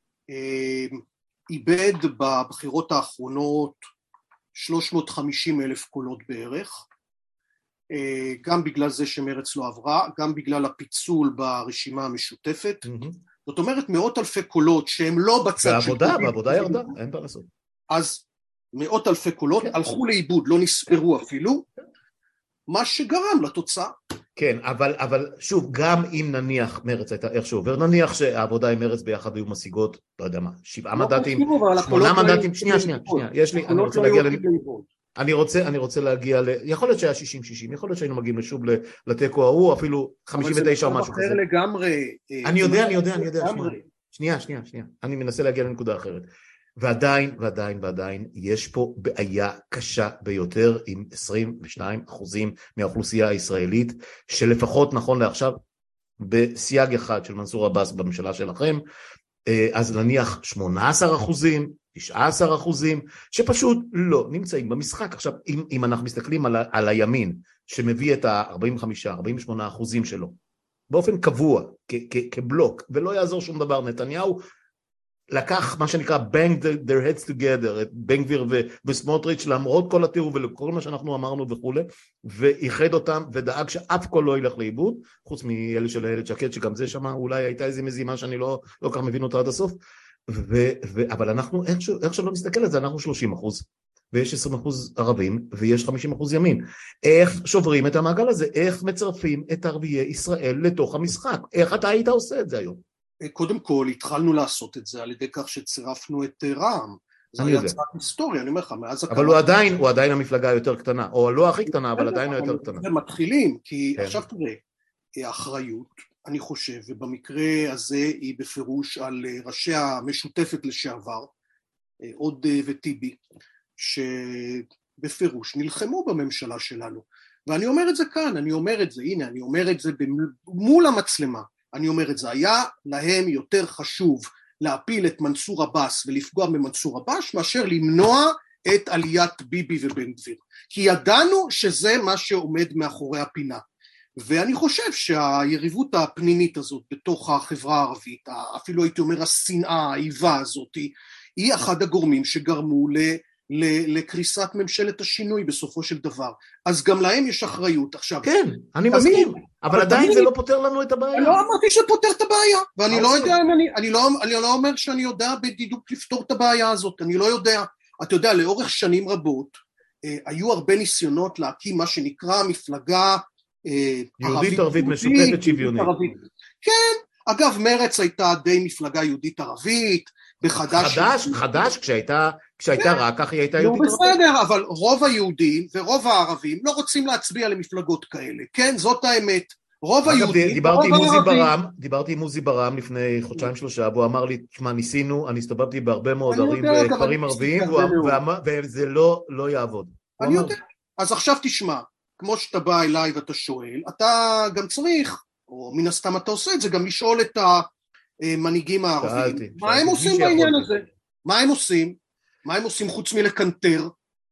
איבד בבחירות האחרונות 350,000 קולות בערך, גם בגלל זה שמרץ לא עברה, גם בגלל הפיצול ברשימה המשותפת, זאת אומרת 100,000 קולות שהם לא בצד של... בעבודה ירדה, אין מה לעשות. אז 100,000 קולות הלכו לאיבוד, לא נספרו אפילו, מה שגרם לתוצאה. כן, אבל שוב, גם אם נניח מרץ הייתה איך שעובר, נניח שהעבודה עם מרץ ביחד היו משיגות, לא יודע מה, 7 מנדטים, 8 מנדטים, שנייה, יש לי, אני רוצה להגיע יכול להיות שהיה 60-60, יכול להיות שהיינו מגיעים לשוב לטקו ההוא, אפילו 59 או משהו כזה. אבל זה לגמרי. אני יודע, שנייה, אני מנסה להגיע לנקודה אחרת. ועדיין, יש פה בעיה קשה ביותר עם 22% מהאוכלוסייה הישראלית, שלפחות נכון לעכשיו, בסייג אחד של מנסור עבאס בממשלה שלכם, אז נניח 18%, 19%, שפשוט לא נמצאים במשחק. עכשיו, אם אנחנו מסתכלים על הימין, שמביא את ה-45-48% שלו, באופן קבוע, כבלוק, ולא יעזור שום דבר, נתניהו לקח מה שנקרא bang their heads together, את בן גביר וסמוטריץ', למרות כל הטירוף ולכל מה שאנחנו אמרנו וכו', ואיחד אותם ודאג שאף כל לא ילך לאיבוד, חוץ מאלה של הילד שקט, שגם זה שמה אולי הייתה איזו מזימה שאני לא כך מבין אותה עד הסוף, אבל אנחנו איך שלא מסתכל על זה, אנחנו 30%, ויש 20% ערבים, ויש 50% ימין. איך שוברים את המעגל הזה? איך מצרפים את ערביי ישראל לתוך המשחק? איך אתה היית עושה את זה היום? קודם כל, התחלנו לעשות את זה על ידי כך שצירפנו את רע"מ. זה היה צעד היסטורי, אני אומר לך, מאז אבל הוא עדיין המפלגה היותר קטנה, או לא הכי קטנה, אבל עדיין היותר קטנה. הם מתחילים, כי עכשיו תראה, האחריות, אני חושב, ובמקרה הזה היא בפירוש על ראשי המשותפת לשעבר, עוד וטיבי, שבפירוש נלחמו בממשלה שלנו. ואני אומר את זה כאן, אני אומר את זה, הנה, אני אומר את זה מול המצלמה. אני אומר את זה, היה להם יותר חשוב להפיל את מנסור עבאס ולפגוע במנסור עבאס, מאשר למנוע את עליית ביבי ובן גביר. כי ידענו שזה מה שעומד מאחורי הפינה. ואני חושב שהיריבות הפנימית הזאת בתוך החברה הערבית, אפילו הייתי אומר השנאה, האיבה הזאת, היא אחד הגורמים שגרמו לקריסת ממשלת השינוי בסופו של דבר. אז גם להם יש אחריות. עכשיו, כן, אני מסכים, אבל עדיין זה לא פותר לנו את הבעיה. אני לא אמרתי שפותר את הבעיה, ואני לא יודע, אני לא אומר שאני יודע בדיוק לפתור את הבעיה הזאת, אני לא יודע. אתה יודע, לאורך שנים רבות, היו הרבה ניסיונות להקים מה שנקרא מפלגה יהודית ערבית משותפת שוויונית. כן, אגב מרץ הייתה די מפלגה יהודית ערבית, חדש כשהייתה רק כך היא הייתה יהודית ערבית. בסדר, אבל רוב היהודים ורוב הערבים לא רוצים להצביע למפלגות כאלה, כן, זאת האמת. רוב היהודים, דיברתי עם מוזי ברם לפני חודשיים-שלושה, והוא אמר לי, תשמע, ניסינו, אני הסתובבתי בהרבה מאוד ערים וכפרים ערביים, וזה לא יעבוד. אני יודע, אז עכשיו תשמע, כמו שאתה בא אליי ואתה שואל, אתה גם צריך, או מן הסתם אתה עושה את זה, גם לשאול את המנהיגים הערביים, מה הם עושים בעניין הזה? מה הם עושים? מה הם עושים חוץ מלקנטר?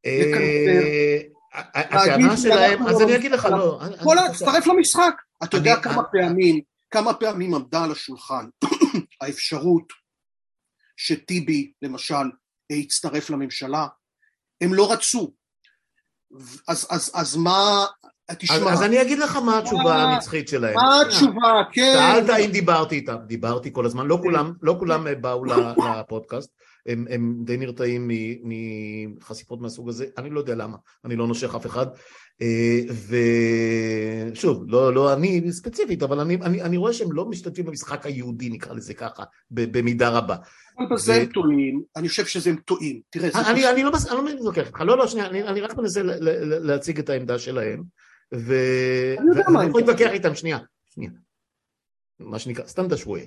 הטענה שלהם, אז אני אגיד לך, לא. תצטרף למשחק. אתה יודע כמה פעמים עמדה על השולחן האפשרות שטיבי, למשל, יצטרף לממשלה? הם לא רצו. אז מה... אז אני אגיד לך מה התשובה הנצחית שלהם. מה התשובה, כן. שאלת אם דיברתי איתם, דיברתי כל הזמן, לא כולם באו לפודקאסט, הם די נרתעים מחשיפות מהסוג הזה, אני לא יודע למה, אני לא נושך אף אחד, ושוב, לא אני ספציפית, אבל אני רואה שהם לא משתתפים במשחק היהודי, נקרא לזה ככה, במידה רבה. אבל בזה הם טועים, אני חושב שזה הם טועים, תראה. אני לא מתווכח איתך, לא, שנייה, אני רק מנסה להציג את העמדה שלהם, ואני יכול להתווכח איתם, שנייה, מה שנקרא, סתם דשווי.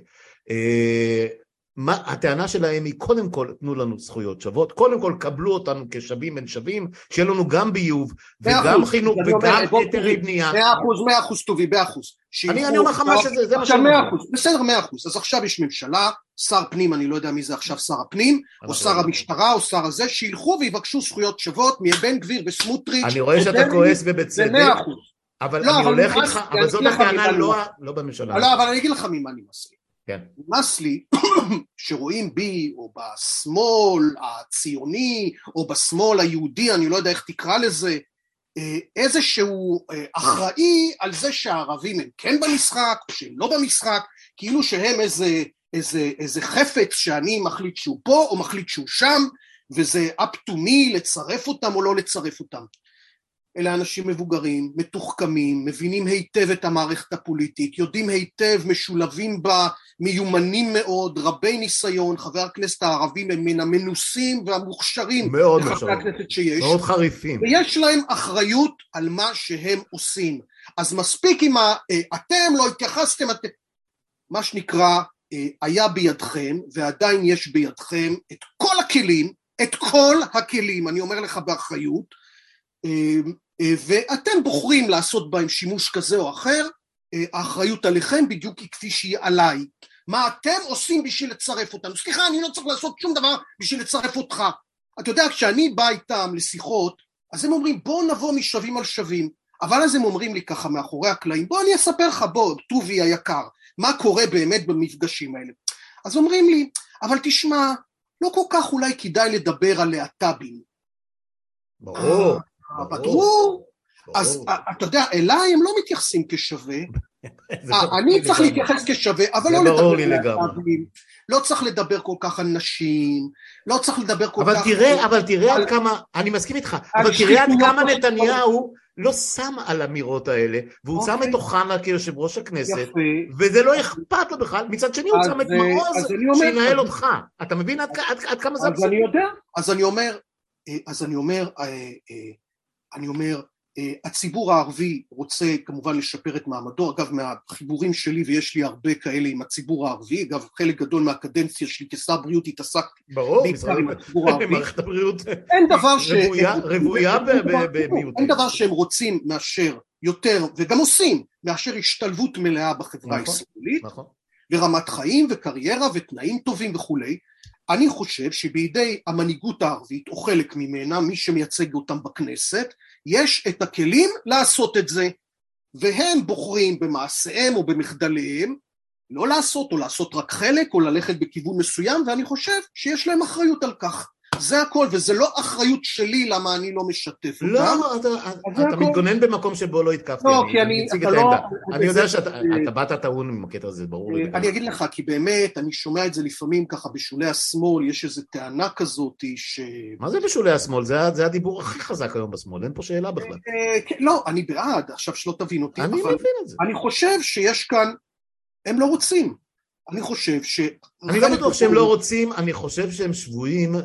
הטענה שלהם היא, קודם כל, תנו לנו זכויות שוות, קודם כל, קבלו אותנו כשווים בין שווים, שיהיה לנו גם ביוב, וגם חינוך, וגם היתרי בנייה. 100% טובי, 100%. אני אומר לך מה שזה, זה מה שאני אומר. בסדר, 100%. אז עכשיו יש ממשלה, שר פנים, אני לא יודע מי זה עכשיו שר הפנים, או שר המשטרה, או שר הזה, שילכו ויבקשו זכויות שוות, מבן גביר וסמוטריץ'. אני רואה שאתה כועס ובצדק. אבל אני הולך איתך, אבל זאת הטענה לא בממשלה. לא, אבל אני אגיד לך ממה אני מסכים. כן. נמאס לי שרואים בי או בשמאל הציוני או בשמאל היהודי, אני לא יודע איך תקרא לזה, איזשהו אחראי על זה שהערבים הם כן במשחק או שהם לא במשחק, כאילו שהם איזה חפץ שאני מחליט שהוא פה או מחליט שהוא שם, וזה up to me לצרף אותם או לא לצרף אותם. אלה אנשים מבוגרים, מתוחכמים, מבינים היטב את המערכת הפוליטית, יודעים היטב, משולבים בה, מיומנים מאוד, רבי ניסיון, חבר הכנסת הערבים הם מן המנוסים והמוכשרים, מאוד מאוד חריפים. ויש להם אחריות על מה שהם עושים. אז מספיק אם אתם לא התייחסתם, מה שנקרא, היה בידכם, ועדיין יש בידכם את כל הכלים, אני אומר לך באחריות, ואתם בוחרים לעשות בהם שימוש כזה או אחר, האחריות עליכם בדיוק היא כפי שהיא עליי. מה אתם עושים בשביל לצרף אותנו? סליחה, אני לא צריך לעשות שום דבר בשביל לצרף אותך. אתה יודע, כשאני בא איתם לשיחות, אז הם אומרים, בוא נבוא משווים על שווים, אבל אז הם אומרים לי ככה מאחורי הקלעים, בוא אני אספר לך, בוא, טובי היקר, מה קורה באמת במפגשים האלה. אז אומרים לי, אבל תשמע, לא כל כך אולי כדאי לדבר על להט"בים. ברור. ברור. אז אתה יודע, אליי הם לא מתייחסים כשווה, אני צריך להתייחס כשווה, אבל לא לדבר על להט"בים, לא צריך לדבר כל כך על נשים, לא צריך לדבר כל כך... אבל תראה עד כמה, אני מסכים איתך, אבל תראה עד כמה נתניהו לא שם על האמירות האלה, והוא שם את אוחנה כיושב ראש הכנסת, וזה לא אכפת לו בכלל, מצד שני הוא שם את מעוז שינהל אותך, אתה מבין עד כמה זה... אז אני אומר, הציבור הערבי רוצה כמובן לשפר את מעמדו, אגב מהחיבורים שלי ויש לי הרבה כאלה עם הציבור הערבי, אגב חלק גדול מהקדנציה שלי כשר בריאות התעסקתי בעיקר עם הציבור הערבי, מערכת הבריאות רבויה במיעוטים, אין דבר שהם רוצים מאשר יותר וגם עושים מאשר השתלבות מלאה בחברה הישראלית, ורמת חיים וקריירה ותנאים טובים וכולי. אני חושב שבידי המנהיגות הערבית או חלק ממנה, מי שמייצג אותם בכנסת, יש את הכלים לעשות את זה, והם בוחרים במעשיהם או במחדליהם לא לעשות או לעשות רק חלק או ללכת בכיוון מסוים, ואני חושב שיש להם אחריות על כך. זה הכל, וזה לא אחריות שלי למה אני לא משתף אותם. לא, אתה מתגונן במקום שבו לא התקפתי, אני מציג את העמדה. אני יודע שאתה באת טעון עם הקטע הזה, ברור לי. אני אגיד לך, כי באמת, אני שומע את זה לפעמים ככה בשולי השמאל, יש איזו טענה כזאת ש... מה זה בשולי השמאל? זה הדיבור הכי חזק היום בשמאל, אין פה שאלה בכלל. לא, אני בעד, עכשיו שלא תבין אותי. אני מבין את זה. אני חושב שיש כאן, הם לא רוצים. אני חושב אני לא בטוח שהם לא רוצים, אני חושב שהם שבויים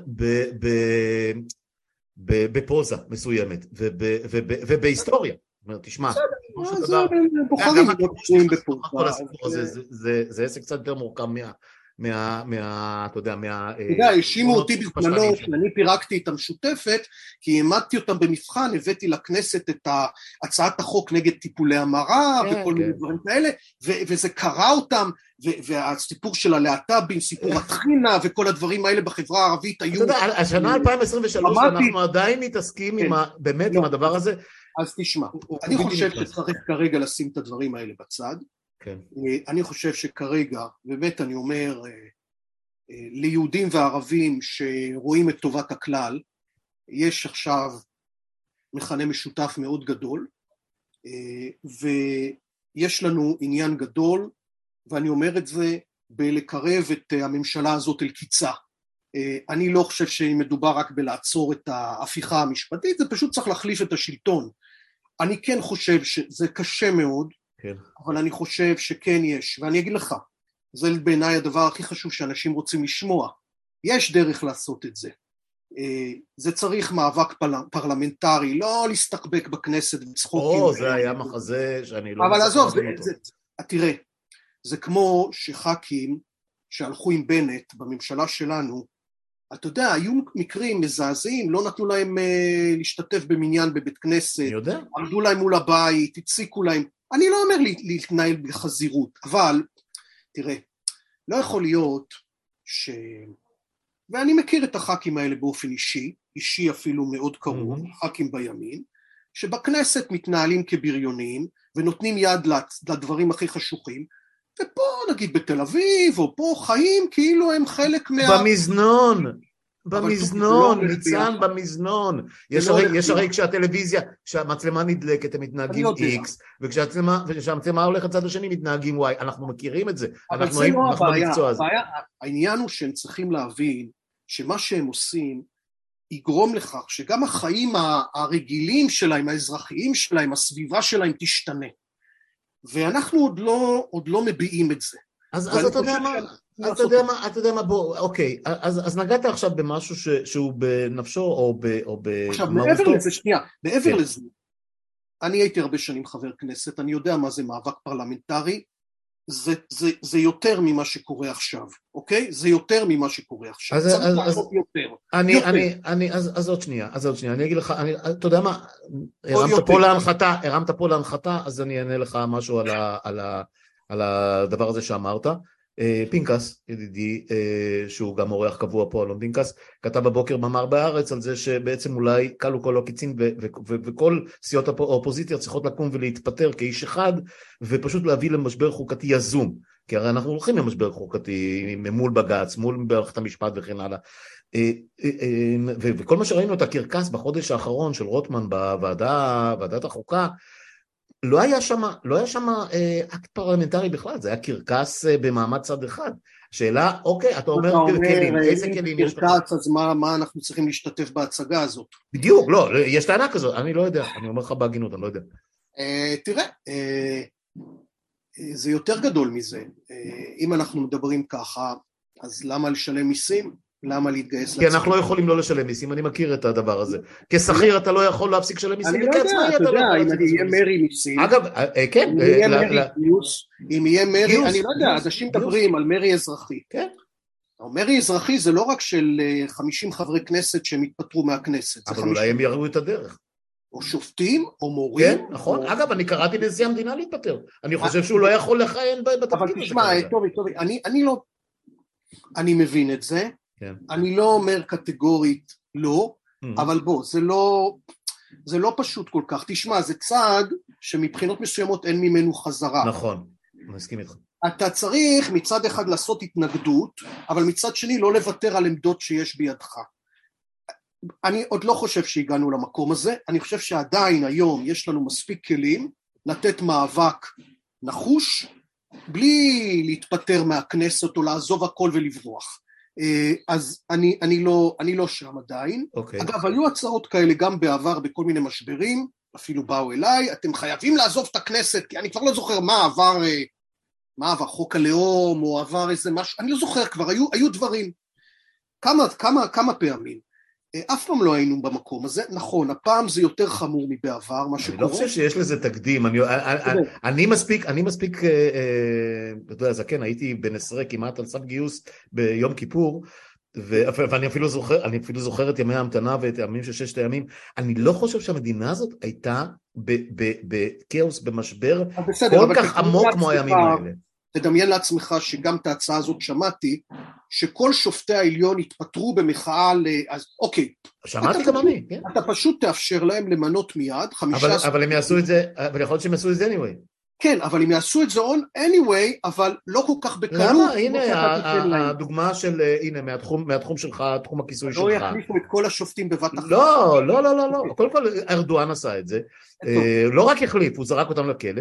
בפוזה מסוימת ובהיסטוריה. תשמע, בוחרים שבויים בפוזה. זה עסק קצת יותר מורכב אתה יודע, האשימו אותי בזמנו שאני פירקתי את המשותפת, כי העמדתי אותם במבחן, הבאתי לכנסת את הצעת החוק נגד טיפולי המרה וכל מיני דברים כאלה, וזה קרא אותם, והסיפור של הלהט"בים, סיפור התחינה וכל הדברים האלה בחברה הערבית היו... אתה יודע, השנה 2023 אנחנו עדיין מתעסקים באמת עם הדבר הזה. אז תשמע, אני חושב שצריך כרגע לשים את הדברים האלה בצד, אני חושב שכרגע, באמת אני אומר, ליהודים וערבים שרואים את טובת הכלל, יש עכשיו מכנה משותף מאוד גדול, ויש לנו עניין גדול, ואני אומר את זה בלקרב את הממשלה הזאת אל קיצה. אני לא חושב שמדובר רק בלעצור את ההפיכה המשפטית, זה פשוט צריך להחליף את השלטון. אני כן חושב שזה קשה מאוד, כן. אבל אני חושב שכן יש, ואני אגיד לך, זה בעיניי הדבר הכי חשוב שאנשים רוצים לשמוע, יש דרך לעשות את זה, זה צריך מאבק פרלמנטרי, לא להסתחבק בכנסת וצחוקים. זה היה מחזה שאני לא... אבל עזוב, תראה, זה כמו שח"כים שהלכו עם בנט בממשלה שלנו, אתה יודע, היו מקרים מזעזעים, לא נתנו להם להשתתף במניין בבית כנסת, עמדו להם מול הבית, הציקו להם, אני לא אומר להתנהל בחזירות, אבל תראה, לא יכול להיות ואני מכיר את הח"כים האלה באופן אישי אפילו מאוד קרוב, ח"כים בימין, שבכנסת מתנהלים כבריונים, ונותנים יד לדברים הכי חשוכים, ופה נגיד בתל אביב, או פה חיים כאילו הם חלק במזנון, ניצן במזנון. יש הרי כשהטלוויזיה, כשהמצלמה נדלקת הם מתנהגים X, וכשהמצלמה הולכת צד השני מתנהגים Y, אנחנו מכירים את זה, אנחנו במקצוע הזה. העניין הוא שהם צריכים להבין שמה שהם עושים יגרום לכך שגם החיים הרגילים שלהם, האזרחיים שלהם, הסביבה שלהם תשתנה. ואנחנו עוד לא מביעים את זה. אז אתה יודע מה, בוא, אוקיי, אז נגעת עכשיו במשהו שהוא בנפשו או במהותו. עכשיו, מעבר לזה, אני הייתי הרבה שנים חבר כנסת, אני יודע מה זה מאבק פרלמנטרי, זה יותר ממה שקורה עכשיו, אוקיי? זה יותר ממה שקורה עכשיו. צריך לעשות יותר. אז עוד שנייה, אני אגיד לך, אתה יודע מה, הרמת פה להנחתה, אז אני אענה לך משהו על הדבר הזה שאמרת. פינקס, ידידי, שהוא גם אורח קבוע פה, אלון פינקס, כתב בבוקר מאמר בהארץ על זה שבעצם אולי קלו כל הקיצין וכל סיעות האופוזיציה צריכות לקום ולהתפטר כאיש אחד, ופשוט להביא למשבר חוקתי יזום, כי הרי אנחנו הולכים למשבר חוקתי מול בג"ץ, מול מערכת המשפט וכן הלאה, וכל מה שראינו את הקרקס בחודש האחרון של רוטמן בוועדת החוקה, לא היה שם אקט פרלמנטרי בכלל, זה היה קרקס במעמד צד אחד. שאלה, אוקיי, אתה אומר כלים, איזה כלים יש לך? קרקס, אז מה אנחנו צריכים להשתתף בהצגה הזאת? בדיוק, לא, יש טענה כזאת, אני לא יודע, אני אומר לך בהגינות, אני לא יודע. תראה, זה יותר גדול מזה. אם אנחנו מדברים ככה, אז למה לשלם מיסים? למה להתגייס לצבא? כי אנחנו לא יכולים לא לשלם מיסים, אני מכיר את הדבר הזה. כשכיר אתה לא יכול להפסיק לשלם מיסים, אני לא יודע, אתה יודע, אם יהיה מרי מיסים, אגב, כן. אם יהיה מרי, אני לא יודע, אנשים מדברים על מרי אזרחי. כן. מרי אזרחי זה לא רק של 50 חברי כנסת שהם התפטרו מהכנסת. אבל אולי הם יראו את הדרך. או שופטים, או מורים. כן, נכון. אגב, אני קראתי לנשיא המדינה להתפטר. אני חושב שהוא לא יכול לכהן בתפקיד. אבל תשמע, טובי, אני מבין את זה. כן. אני לא אומר קטגורית לא, אבל בוא, זה לא פשוט כל כך. תשמע, זה צעד שמבחינות מסוימות אין ממנו חזרה. נכון, אני מסכים איתך. אתה צריך מצד אחד לעשות התנגדות, אבל מצד שני לא לוותר על עמדות שיש בידך. אני עוד לא חושב שהגענו למקום הזה, אני חושב שעדיין היום יש לנו מספיק כלים לתת מאבק נחוש, בלי להתפטר מהכנסת או לעזוב הכל ולברוח. אז אני לא שם עדיין. אגב, היו הצעות כאלה גם בעבר בכל מיני משברים, אפילו באו אליי, אתם חייבים לעזוב את הכנסת, כי אני כבר לא זוכר מה עבר חוק הלאום, או עבר איזה משהו, אני לא זוכר כבר, היו דברים. כמה פעמים. אף פעם לא היינו במקום הזה, נכון, הפעם זה יותר חמור מבעבר, מה שקורה. אני לא חושב שיש לזה תקדים, אני מספיק, אתה יודע, זקן, הייתי בן 10 כמעט על סף גיוס ביום כיפור, ואני אפילו זוכר את ימי ההמתנה ואת הימים של 6 הימים, אני לא חושב שהמדינה הזאת הייתה בכאוס, במשבר, כל כך עמוק כמו הימים האלה. תדמיין לעצמך שגם את ההצעה הזאת שמעתי, שכל שופטי העליון התפטרו במחאה אז אוקיי. שמעתי גם אני, כן. אתה פשוט תאפשר להם למנות מיד, אבל הם יעשו את זה, אבל יכול להיות שהם יעשו את זה anyway. כן, אבל הם יעשו את זה anyway, אבל לא כל כך בקלות. למה? הנה, הדוגמה של, הנה, מהתחום שלך, תחום הכיסוי שלך. לא יחליפו את כל השופטים בבת אחת. לא. קודם כל, ארדואן עשה את זה. לא רק החליף, הוא זרק אותם לכלא,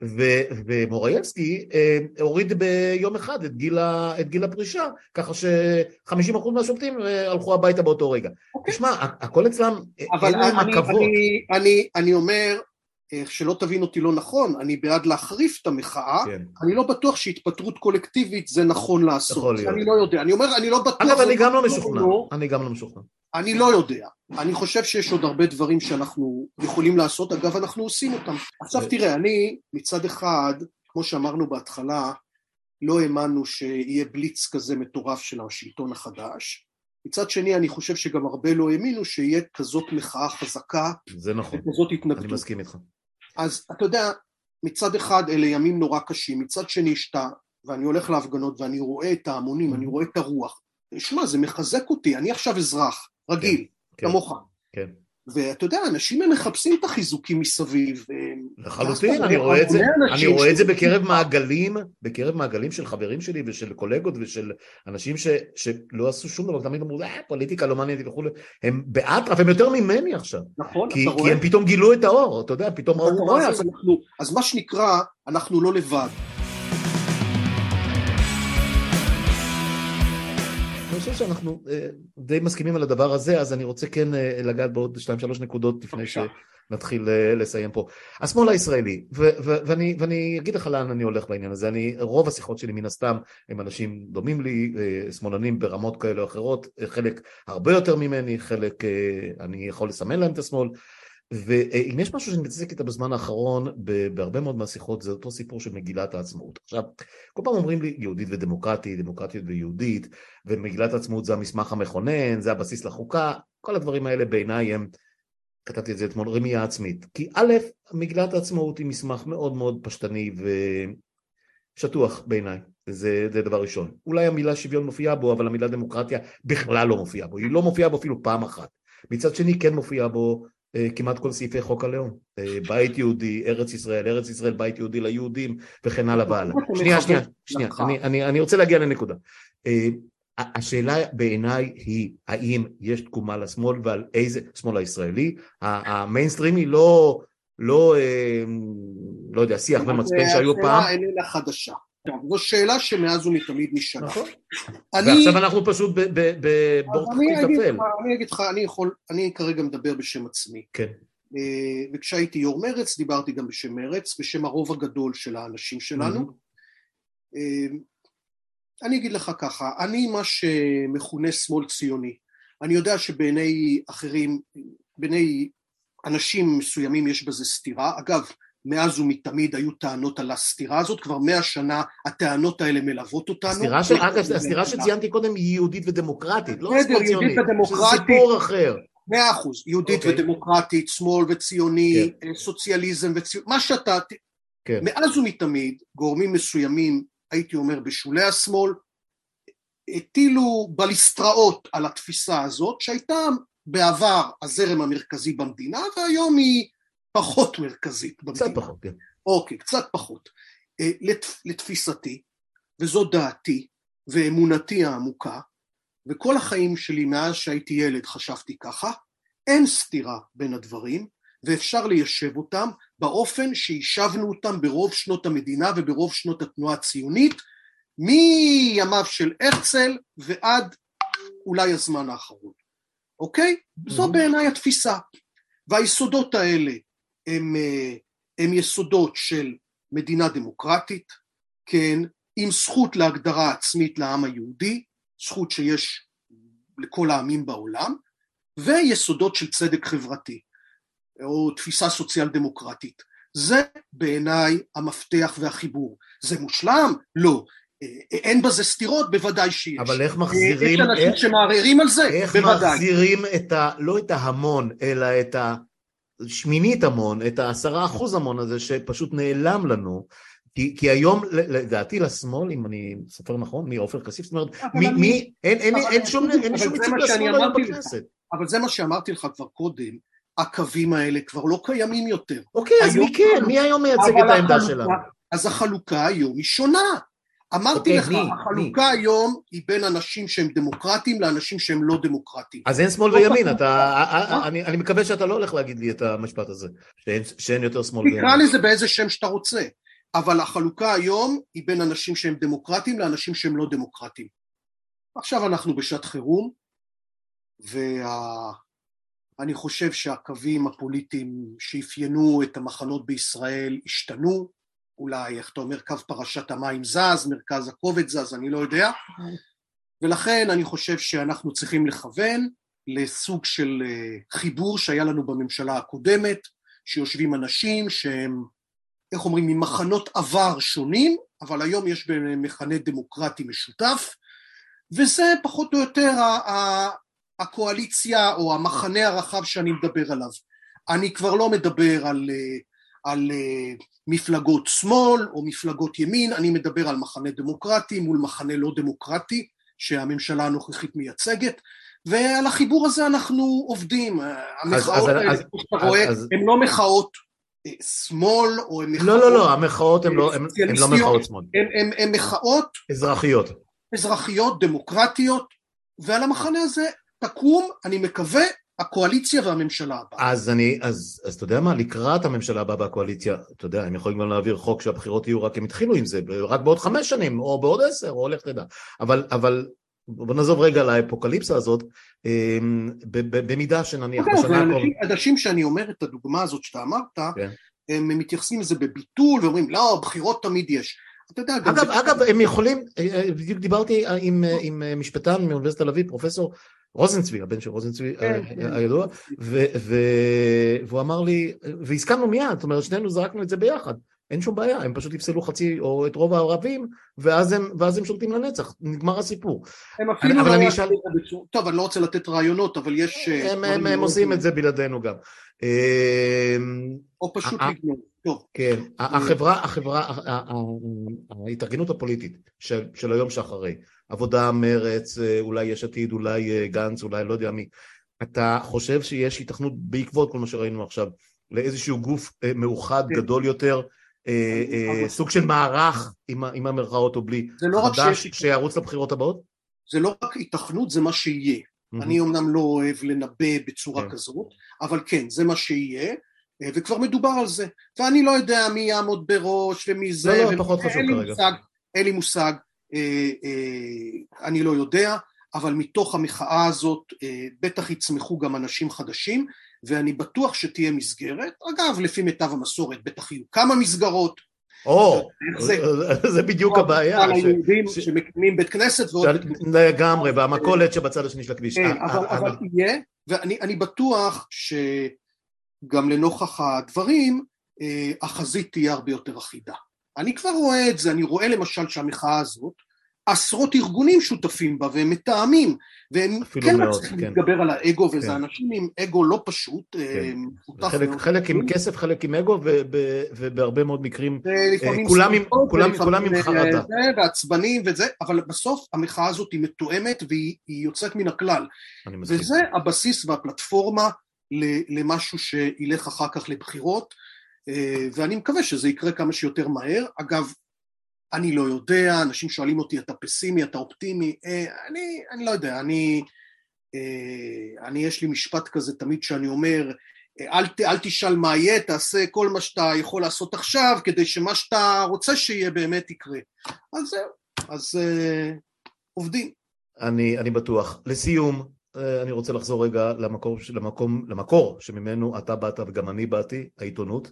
ומורייבסקי הוריד ביום אחד את גיל הפרישה, ככה ש50% מהשופטים הלכו הביתה באותו רגע. תשמע, הכל אצלם, אין להם עכבות. אני אומר, שלא תבין אותי לא נכון, אני בעד להחריף את המחאה, אני לא בטוח שהתפטרות קולקטיבית זה נכון לעשות, אני לא יודע, אני אומר, אני לא בטוח. אגב, אני גם לא משוכנע. אני לא יודע, אני חושב שיש עוד הרבה דברים שאנחנו יכולים לעשות, אגב אנחנו עושים אותם. עכשיו תראה, אני מצד אחד, כמו שאמרנו בהתחלה, לא האמנו שיהיה בליץ כזה מטורף של השלטון החדש, מצד שני אני חושב שגם הרבה לא האמינו שיהיה כזאת מחאה חזקה, זה נכון, וכזאת התנגדות. אני מסכים איתך. אז אתה יודע, מצד אחד אלה ימים נורא קשים, מצד שני שאתה, ואני הולך להפגנות ואני רואה את ההמונים, אני רואה את הרוח, שמע, זה מחזק אותי, אני עכשיו אזרח, רגיל, כמוך. כן. ואתה יודע, אנשים הם מחפשים את החיזוקים מסביב. לחלוטין, אני רואה את זה בקרב מעגלים של חברים שלי ושל קולגות ושל אנשים שלא עשו שום דבר, תמיד אמרו, פוליטיקה לא מעניינת וכו', הם באטרף, הם יותר ממני עכשיו. נכון, כי הם פתאום גילו את האור, אתה יודע, פתאום ראו מה זה. אז מה שנקרא, אנחנו לא לבד. אני חושב שאנחנו די מסכימים על הדבר הזה, אז אני רוצה כן לגעת בעוד 2-3 נקודות לפני שנתחיל לסיים פה. השמאל הישראלי, ואני אגיד לך לאן אני הולך בעניין הזה, רוב השיחות שלי מן הסתם הם אנשים דומים לי, שמאלנים ברמות כאלה או אחרות, חלק הרבה יותר ממני, חלק אני יכול לסמן להם את השמאל, ואם יש משהו שאני מתעסק איתה בזמן האחרון, בהרבה מאוד מהשיחות, זה אותו סיפור של מגילת העצמאות. עכשיו, כל פעם אומרים לי יהודית ודמוקרטית, דמוקרטית ויהודית, ומגילת העצמאות זה המסמך המכונן, זה הבסיס לחוקה, כל הדברים האלה בעיניי הם, כתבתי את זה אתמול, רמייה עצמית. כי א', מגילת העצמאות היא מסמך מאוד מאוד פשטני ושטוח בעיניי, זה דבר ראשון. אולי המילה שוויון מופיעה בו, אבל המילה דמוקרטיה בכלל לא מופיעה בו, היא לא מופיעה בו אפילו פעם אחת. מצד שני כן מופיעה בו כמעט כל סעיפי חוק הלאום, בית יהודי, ארץ ישראל, בית יהודי ליהודים, וכן הלאה והלאה. שנייה, אני רוצה להגיע לנקודה. השאלה בעיניי היא, האם יש תקומה לשמאל, ועל איזה, שמאל הישראלי, המיינסטרימי לא יודע, שיח ומצפן שהיו פעם. השאלה איננה חדשה. זו שאלה שמאז ומתמיד נשאלה. נכון. ועכשיו אנחנו פשוט בבור תחתית אפל. אני אגיד לך, אני כרגע מדבר בשם עצמי. כן. וכשהייתי יו"ר מרץ, דיברתי גם בשם מרץ, בשם הרוב הגדול של האנשים שלנו. אני אגיד לך ככה, אני מה שמכונה שמאל ציוני. אני יודע שבעיני אחרים, בעיני אנשים מסוימים יש בזה סתירה. אגב, מאז ומתמיד היו טענות על הסתירה הזאת, כבר 100 שנה הטענות האלה מלוות אותנו. הסתירה שציינתי קודם היא יהודית ודמוקרטית, לא שמאל ציונית, שזה סיפור אחר. 100%, יהודית ודמוקרטית, שמאל וציוני, סוציאליזם וציוני, מה שאתה, מאז ומתמיד גורמים מסוימים, הייתי אומר בשולי השמאל, הטילו בליסטראות על התפיסה הזאת, שהייתה בעבר הזרם המרכזי במדינה, והיום היא פחות מרכזית במדינה. קצת פחות, כן. אוקיי, קצת פחות. לתפיסתי, וזו דעתי, ואמונתי העמוקה, וכל החיים שלי מאז שהייתי ילד חשבתי ככה, אין סתירה בין הדברים, ואפשר ליישב אותם באופן שישבנו אותם ברוב שנות המדינה וברוב שנות התנועה הציונית, מימיו של הרצל ועד אולי הזמן האחרון. אוקיי? זו בעיניי התפיסה. והיסודות האלה הם יסודות של מדינה דמוקרטית, כן, עם זכות להגדרה עצמית לעם היהודי, זכות שיש לכל העמים בעולם, ויסודות של צדק חברתי, או תפיסה סוציאל דמוקרטית. זה בעיניי המפתח והחיבור. זה מושלם? לא. אין בזה סתירות? בוודאי שיש. אבל איך מחזירים... יש אנשים שמערערים על זה? איך בוודאי. מחזירים לא את ההמון, אלא את השמינית המון, את 10% המון הזה שפשוט נעלם לנו, כי היום, לדעתי לשמאל, אם אני סופר נכון, מעופר כסיף, זאת אומרת, אין שום ייצוג לשמאל היום בכנסת. אבל זה מה שאמרתי לך כבר קודם, הקווים האלה כבר לא קיימים יותר. אוקיי, אז מי כן? מי היום מייצג את העמדה שלנו? אז החלוקה היום היא שונה. אמרתי לך, החלוקה היום היא בין אנשים שהם דמוקרטיים לאנשים שהם לא דמוקרטיים. אז אין שמאל וימין, אני מקווה שאתה לא הולך להגיד לי את המשפט הזה, שאין יותר שמאל וימין. תקרא לזה באיזה שם שאתה רוצה, אבל החלוקה היום היא בין אנשים שהם דמוקרטיים לאנשים שהם לא דמוקרטיים. עכשיו אנחנו בשעת חירום, ואני חושב שהקווים הפוליטיים שאפיינו את המחנות בישראל השתנו, אולי, איך אתה אומר, קו פרשת המים זז, מרכז הכובד זז, אני לא יודע, ולכן אני חושב שאנחנו צריכים לכוון לסוג של חיבור שהיה לנו בממשלה הקודמת, שיושבים אנשים שהם, איך אומרים, ממחנות עבר שונים, אבל היום יש ביניהם מחנה דמוקרטי משותף, וזה פחות או יותר הקואליציה או המחנה הרחב שאני מדבר עליו. אני כבר לא מדבר על מפלגות שמאל או מפלגות ימין, אני מדבר על מחנה דמוקרטי מול מחנה לא דמוקרטי שהממשלה הנוכחית מייצגת, ועל החיבור הזה אנחנו עובדים. המחאות האלה, כמו שאתה רואה, הן לא מחאות שמאל, או הן מחאות... לא, המחאות הן לא מחאות שמאל. הן מחאות... אזרחיות, דמוקרטיות, ועל המחנה הזה תקום, אני מקווה, הקואליציה והממשלה הבאה. אז אתה יודע מה, לקראת הממשלה הבאה והקואליציה, אתה יודע, הם יכולים גם להעביר חוק שהבחירות יהיו רק, הם התחילו עם זה, רק בעוד 5 שנים, או בעוד 10, או הולך תדע. אבל בוא נעזוב רגע לאפוקליפסה הזאת, במידה שנניח בשנה הכל... אנשים שאני אומר את הדוגמה הזאת שאתה אמרת, הם מתייחסים לזה בביטול, ואומרים, לא, בחירות תמיד יש. אגב, הם יכולים, בדיוק דיברתי עם משפטן מאוניברסיטת תל אביב, פרופסור, רוזנצבי, הבן של רוזנצבי כן, הידוע, והוא אמר לי, והסכמנו מיד, זאת אומרת, שנינו זרקנו את זה ביחד, אין שום בעיה, הם פשוט יפסלו חצי או את רוב הערבים, ואז הם שולטים לנצח, נגמר הסיפור. הם אפילו אבל לא אני יעשו אשאל... את זה בצורה, טוב, אני לא רוצה לתת רעיונות, אבל יש... הם עושים את זה בלעדינו גם. או פשוט לגמור, טוב. כן, ההתארגנות הפוליטית של היום שאחרי, עבודה, מרץ, אולי יש עתיד, אולי גנץ, אולי לא יודע מי, אתה חושב שיש התכנות בעקבות כל מה שראינו עכשיו, לאיזשהו גוף מאוחד גדול יותר, סוג של מערך עם המרכאות או בלי, חדש שירוץ לבחירות הבאות? זה לא רק התכנות, זה מה שיהיה. אני אומנם לא אוהב לנבא בצורה כזאת, אבל כן, זה מה שיהיה, וכבר מדובר על זה. ואני לא יודע מי יעמוד בראש ומי זה. לא, פחות חשוב כרגע. אין לי מושג, אני לא יודע, אבל מתוך המחאה הזאת בטח יצמחו גם אנשים חדשים, ואני בטוח שתהיה מסגרת. אגב, לפי מיטב המסורת, בטח יהיו כמה מסגרות. זה בדיוק הבעיה. היהודים שמקימים בית כנסת לגמרי, והמכולת שבצד השני של הכביש. אבל יהיה, ואני בטוח שגם לנוכח הדברים, החזית תהיה הרבה יותר אחידה. אני כבר רואה את זה, אני רואה למשל שהמחאה הזאת, עשרות ארגונים שותפים בה, והם מתאמים, והם כן מצליחים להתגבר על האגו, וזה אנשים עם אגו לא פשוט, חלק עם כסף, חלק עם אגו, ובהרבה מאוד מקרים, כולם עם חרדה. ועצבנים וזה, אבל בסוף המחאה הזאת היא מתואמת, והיא יוצאת מן הכלל. וזה הבסיס והפלטפורמה, למשהו שילך אחר כך לבחירות, ואני מקווה שזה יקרה כמה שיותר מהר. אגב, אני לא יודע, אנשים שואלים אותי, אתה פסימי, אתה אופטימי, אני לא יודע, יש לי משפט כזה תמיד שאני אומר, אל תשאל מה יהיה, תעשה כל מה שאתה יכול לעשות עכשיו, כדי שמה שאתה רוצה שיהיה באמת יקרה. אז זהו, אז עובדים. אני בטוח. לסיום, אני רוצה לחזור רגע למקור שממנו אתה באת וגם אני באתי, העיתונות.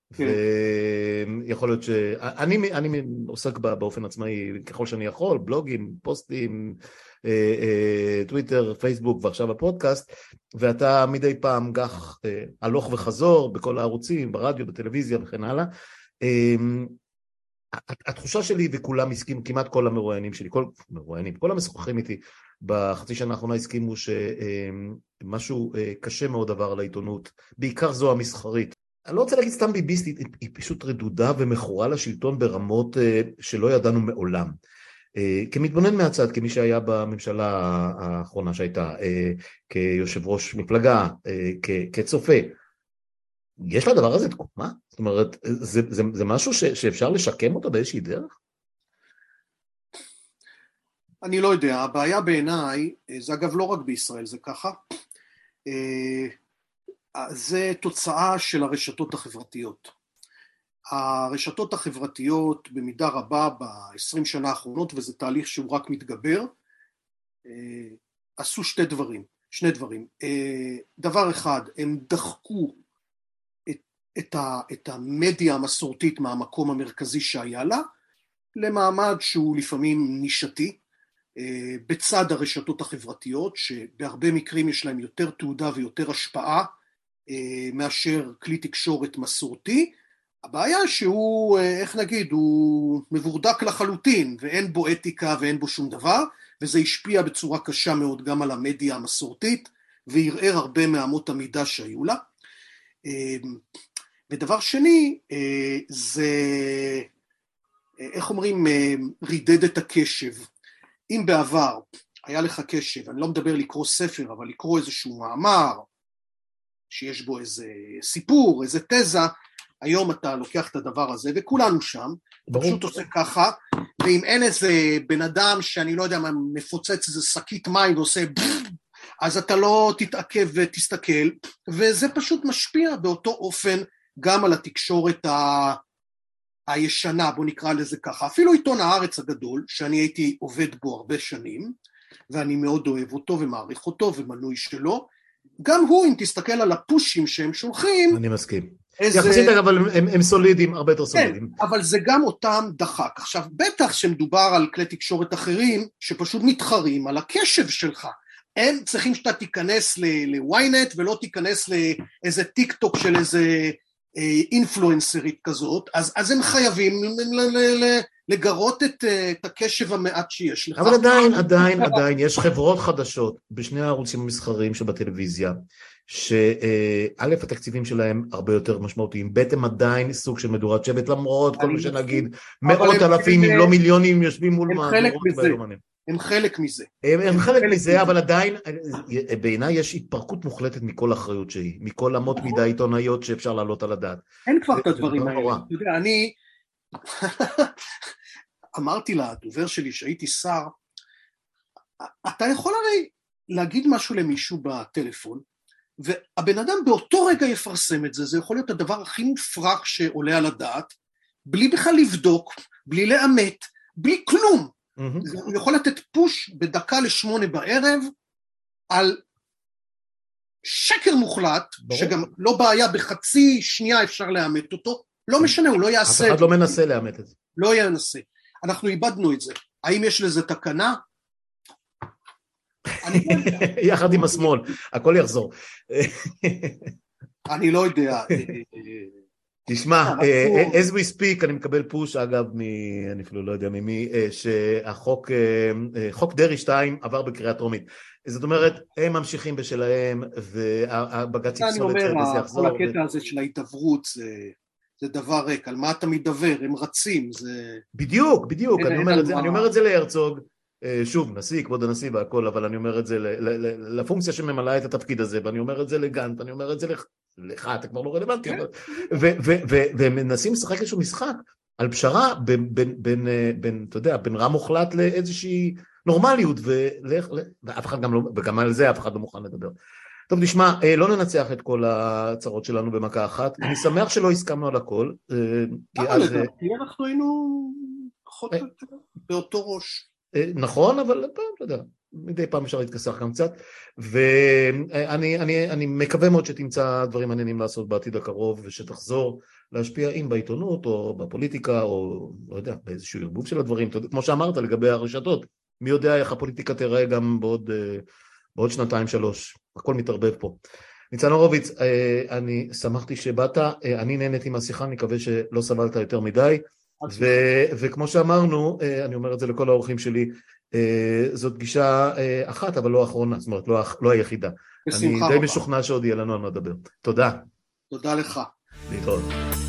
ויכול להיות שאני עוסק באופן עצמאי ככל שאני יכול, בלוגים, פוסטים, טוויטר, פייסבוק ועכשיו הפודקאסט, ואתה מדי פעם גח הלוך וחזור בכל הערוצים, ברדיו, בטלוויזיה וכן הלאה. התחושה שלי, וכולם הסכימו, כמעט כל המרואיינים שלי, כל המשוחחים איתי בחצי שנה האחרונה הסכימו שמשהו קשה מאוד עבר על העיתונות, בעיקר זו המסחרית. אני לא רוצה להגיד סתם ביביסטית, היא פשוט רדודה ומכורה לשלטון ברמות שלא ידענו מעולם. כמתבונן מהצד, כמי שהיה בממשלה האחרונה שהייתה, כיושב ראש מפלגה, כצופה, יש לדבר הזה תקומה? זאת אומרת, זה משהו שאפשר לשקם אותו באיזושהי דרך? אני לא יודע, הבעיה בעיניי, זה אגב לא רק בישראל, זה ככה, זה תוצאה של הרשתות החברתיות. הרשתות החברתיות במידה רבה ב-20 שנה האחרונות, וזה תהליך שהוא רק מתגבר, עשו שני דברים. דבר אחד, הם דחקו את המדיה המסורתית מהמקום המרכזי שהיה לה, למעמד שהוא לפעמים נישתי, בצד הרשתות החברתיות, שבהרבה מקרים יש להם יותר תעודה ויותר השפעה, מאשר כלי תקשורת מסורתי. הבעיה שהוא, איך נגיד, הוא מבורדק לחלוטין, ואין בו אתיקה ואין בו שום דבר, וזה השפיע בצורה קשה מאוד גם על המדיה המסורתית, וערער הרבה מאמות המידה שהיו לה. ודבר שני, זה, איך אומרים, רידד את הקשב. אם בעבר היה לך קשב, אני לא מדבר לקרוא ספר, אבל לקרוא איזשהו מאמר, שיש בו איזה סיפור, איזה תזה, היום אתה לוקח את הדבר הזה, וכולנו שם, אתה פשוט עושה ככה, ואם אין איזה בן אדם שאני לא יודע מה, מפוצץ איזה שקית מים ועושה אז אתה לא תתעכב ותסתכל, וזה פשוט משפיע באותו אופן גם על התקשורת הישנה, בוא נקרא לזה ככה. אפילו עיתון הארץ הגדול, שאני הייתי עובד בו הרבה שנים, ואני מאוד אוהב אותו ומעריך אותו ומנוי שלו, גם הוא, אם תסתכל על הפושים שהם שולחים... אני מסכים. יחסית, אבל הם סולידיים, הרבה יותר סולידיים. כן, אבל זה גם אותם דחק. עכשיו, בטח שמדובר על כלי תקשורת אחרים, שפשוט מתחרים על הקשב שלך. הם צריכים שאתה תיכנס ל-ynet ולא תיכנס לאיזה טיק טוק של איזה אינפלואנסרית כזאת, אז הם חייבים לגרות את הקשב המעט שיש לך. אבל עדיין יש חברות חדשות בשני הערוצים המסחריים שבטלוויזיה, שא' התקציבים שלהם הרבה יותר משמעותיים, ב' הם עדיין סוג של מדורת שבט, למרות כל מה שנגיד, מאות אלפים אם לא מיליונים יושבים מול מהדורות והיומנים. הם חלק מזה. הם חלק מזה, אבל עדיין בעיניי יש התפרקות מוחלטת מכל אחריות שהיא, מכל אמות מידה עיתונאיות שאפשר לעלות על הדעת. אין כבר את הדברים האלה. אתה יודע, אני אמרתי לדובר שלי שהייתי שר, אתה יכול הרי להגיד משהו למישהו בטלפון, והבן אדם באותו רגע יפרסם את זה, זה יכול להיות הדבר הכי מופרך שעולה על הדעת, בלי בכלל לבדוק, בלי לאמת, בלי כלום. הוא יכול לתת פוש בדקה 8:00 על שקר מוחלט, שגם לא בעיה בחצי שנייה אפשר לאמת אותו, לא משנה, הוא לא יעשה. אף אחד לא מנסה לאמת את זה. לא ינסה. אנחנו איבדנו את זה. האם יש לזה תקנה? יחד עם השמאל, הכל יחזור. אני לא יודע. תשמע, as we speak, אני מקבל פוש, אגב, אני אפילו לא יודע ממי, שהחוק, חוק דרעי 2 עבר בקריאה טרומית. זאת אומרת, הם ממשיכים בשלהם, והבג"ץ יפסול את זה, וזה יחזור. כל הקטע הזה של ההתעברות, זה דבר ריק, על מה אתה מדבר, הם רצים, זה... בדיוק, אני אומר את זה להרצוג, שוב, נשיא, כבוד הנשיא והכל, אבל אני אומר את זה לפונקציה שממלאה את התפקיד הזה, ואני אומר את זה לגנט, ואני אומר את זה לך, אתה כבר לא רלוונטי, והם מנסים לשחק איזשהו משחק על פשרה אתה יודע, בין רע מוחלט לאיזושהי נורמליות, ואף אחד גם לא, וגם על זה אף אחד לא מוכן לדבר. טוב, נשמע, לא ננצח את כל הצרות שלנו במכה אחת, אני שמח שלא הסכמנו על הכל, כי אנחנו היינו פחות באותו ראש. נכון, אבל אתה יודע, מדי פעם אפשר להתכסח גם קצת, ואני מקווה מאוד שתמצא דברים מעניינים לעשות בעתיד הקרוב, ושתחזור להשפיע אם בעיתונות או בפוליטיקה, או לא יודע, באיזשהו ערבוב של הדברים, כמו שאמרת לגבי הרשתות, מי יודע איך הפוליטיקה תראה גם בעוד 2-3, הכל מתערבב פה. ניצן הורוביץ, אני שמחתי שבאת, אני נהניתי מהשיחה, אני מקווה שלא סבלת יותר מדי, וכמו שאמרנו, אני אומר את זה לכל האורחים שלי, זאת פגישה אחת, אבל לא האחרונה, זאת אומרת, לא היחידה. אני די משוכנע שעוד יהיה לנו על מה לדבר. תודה. תודה לך. להתראות.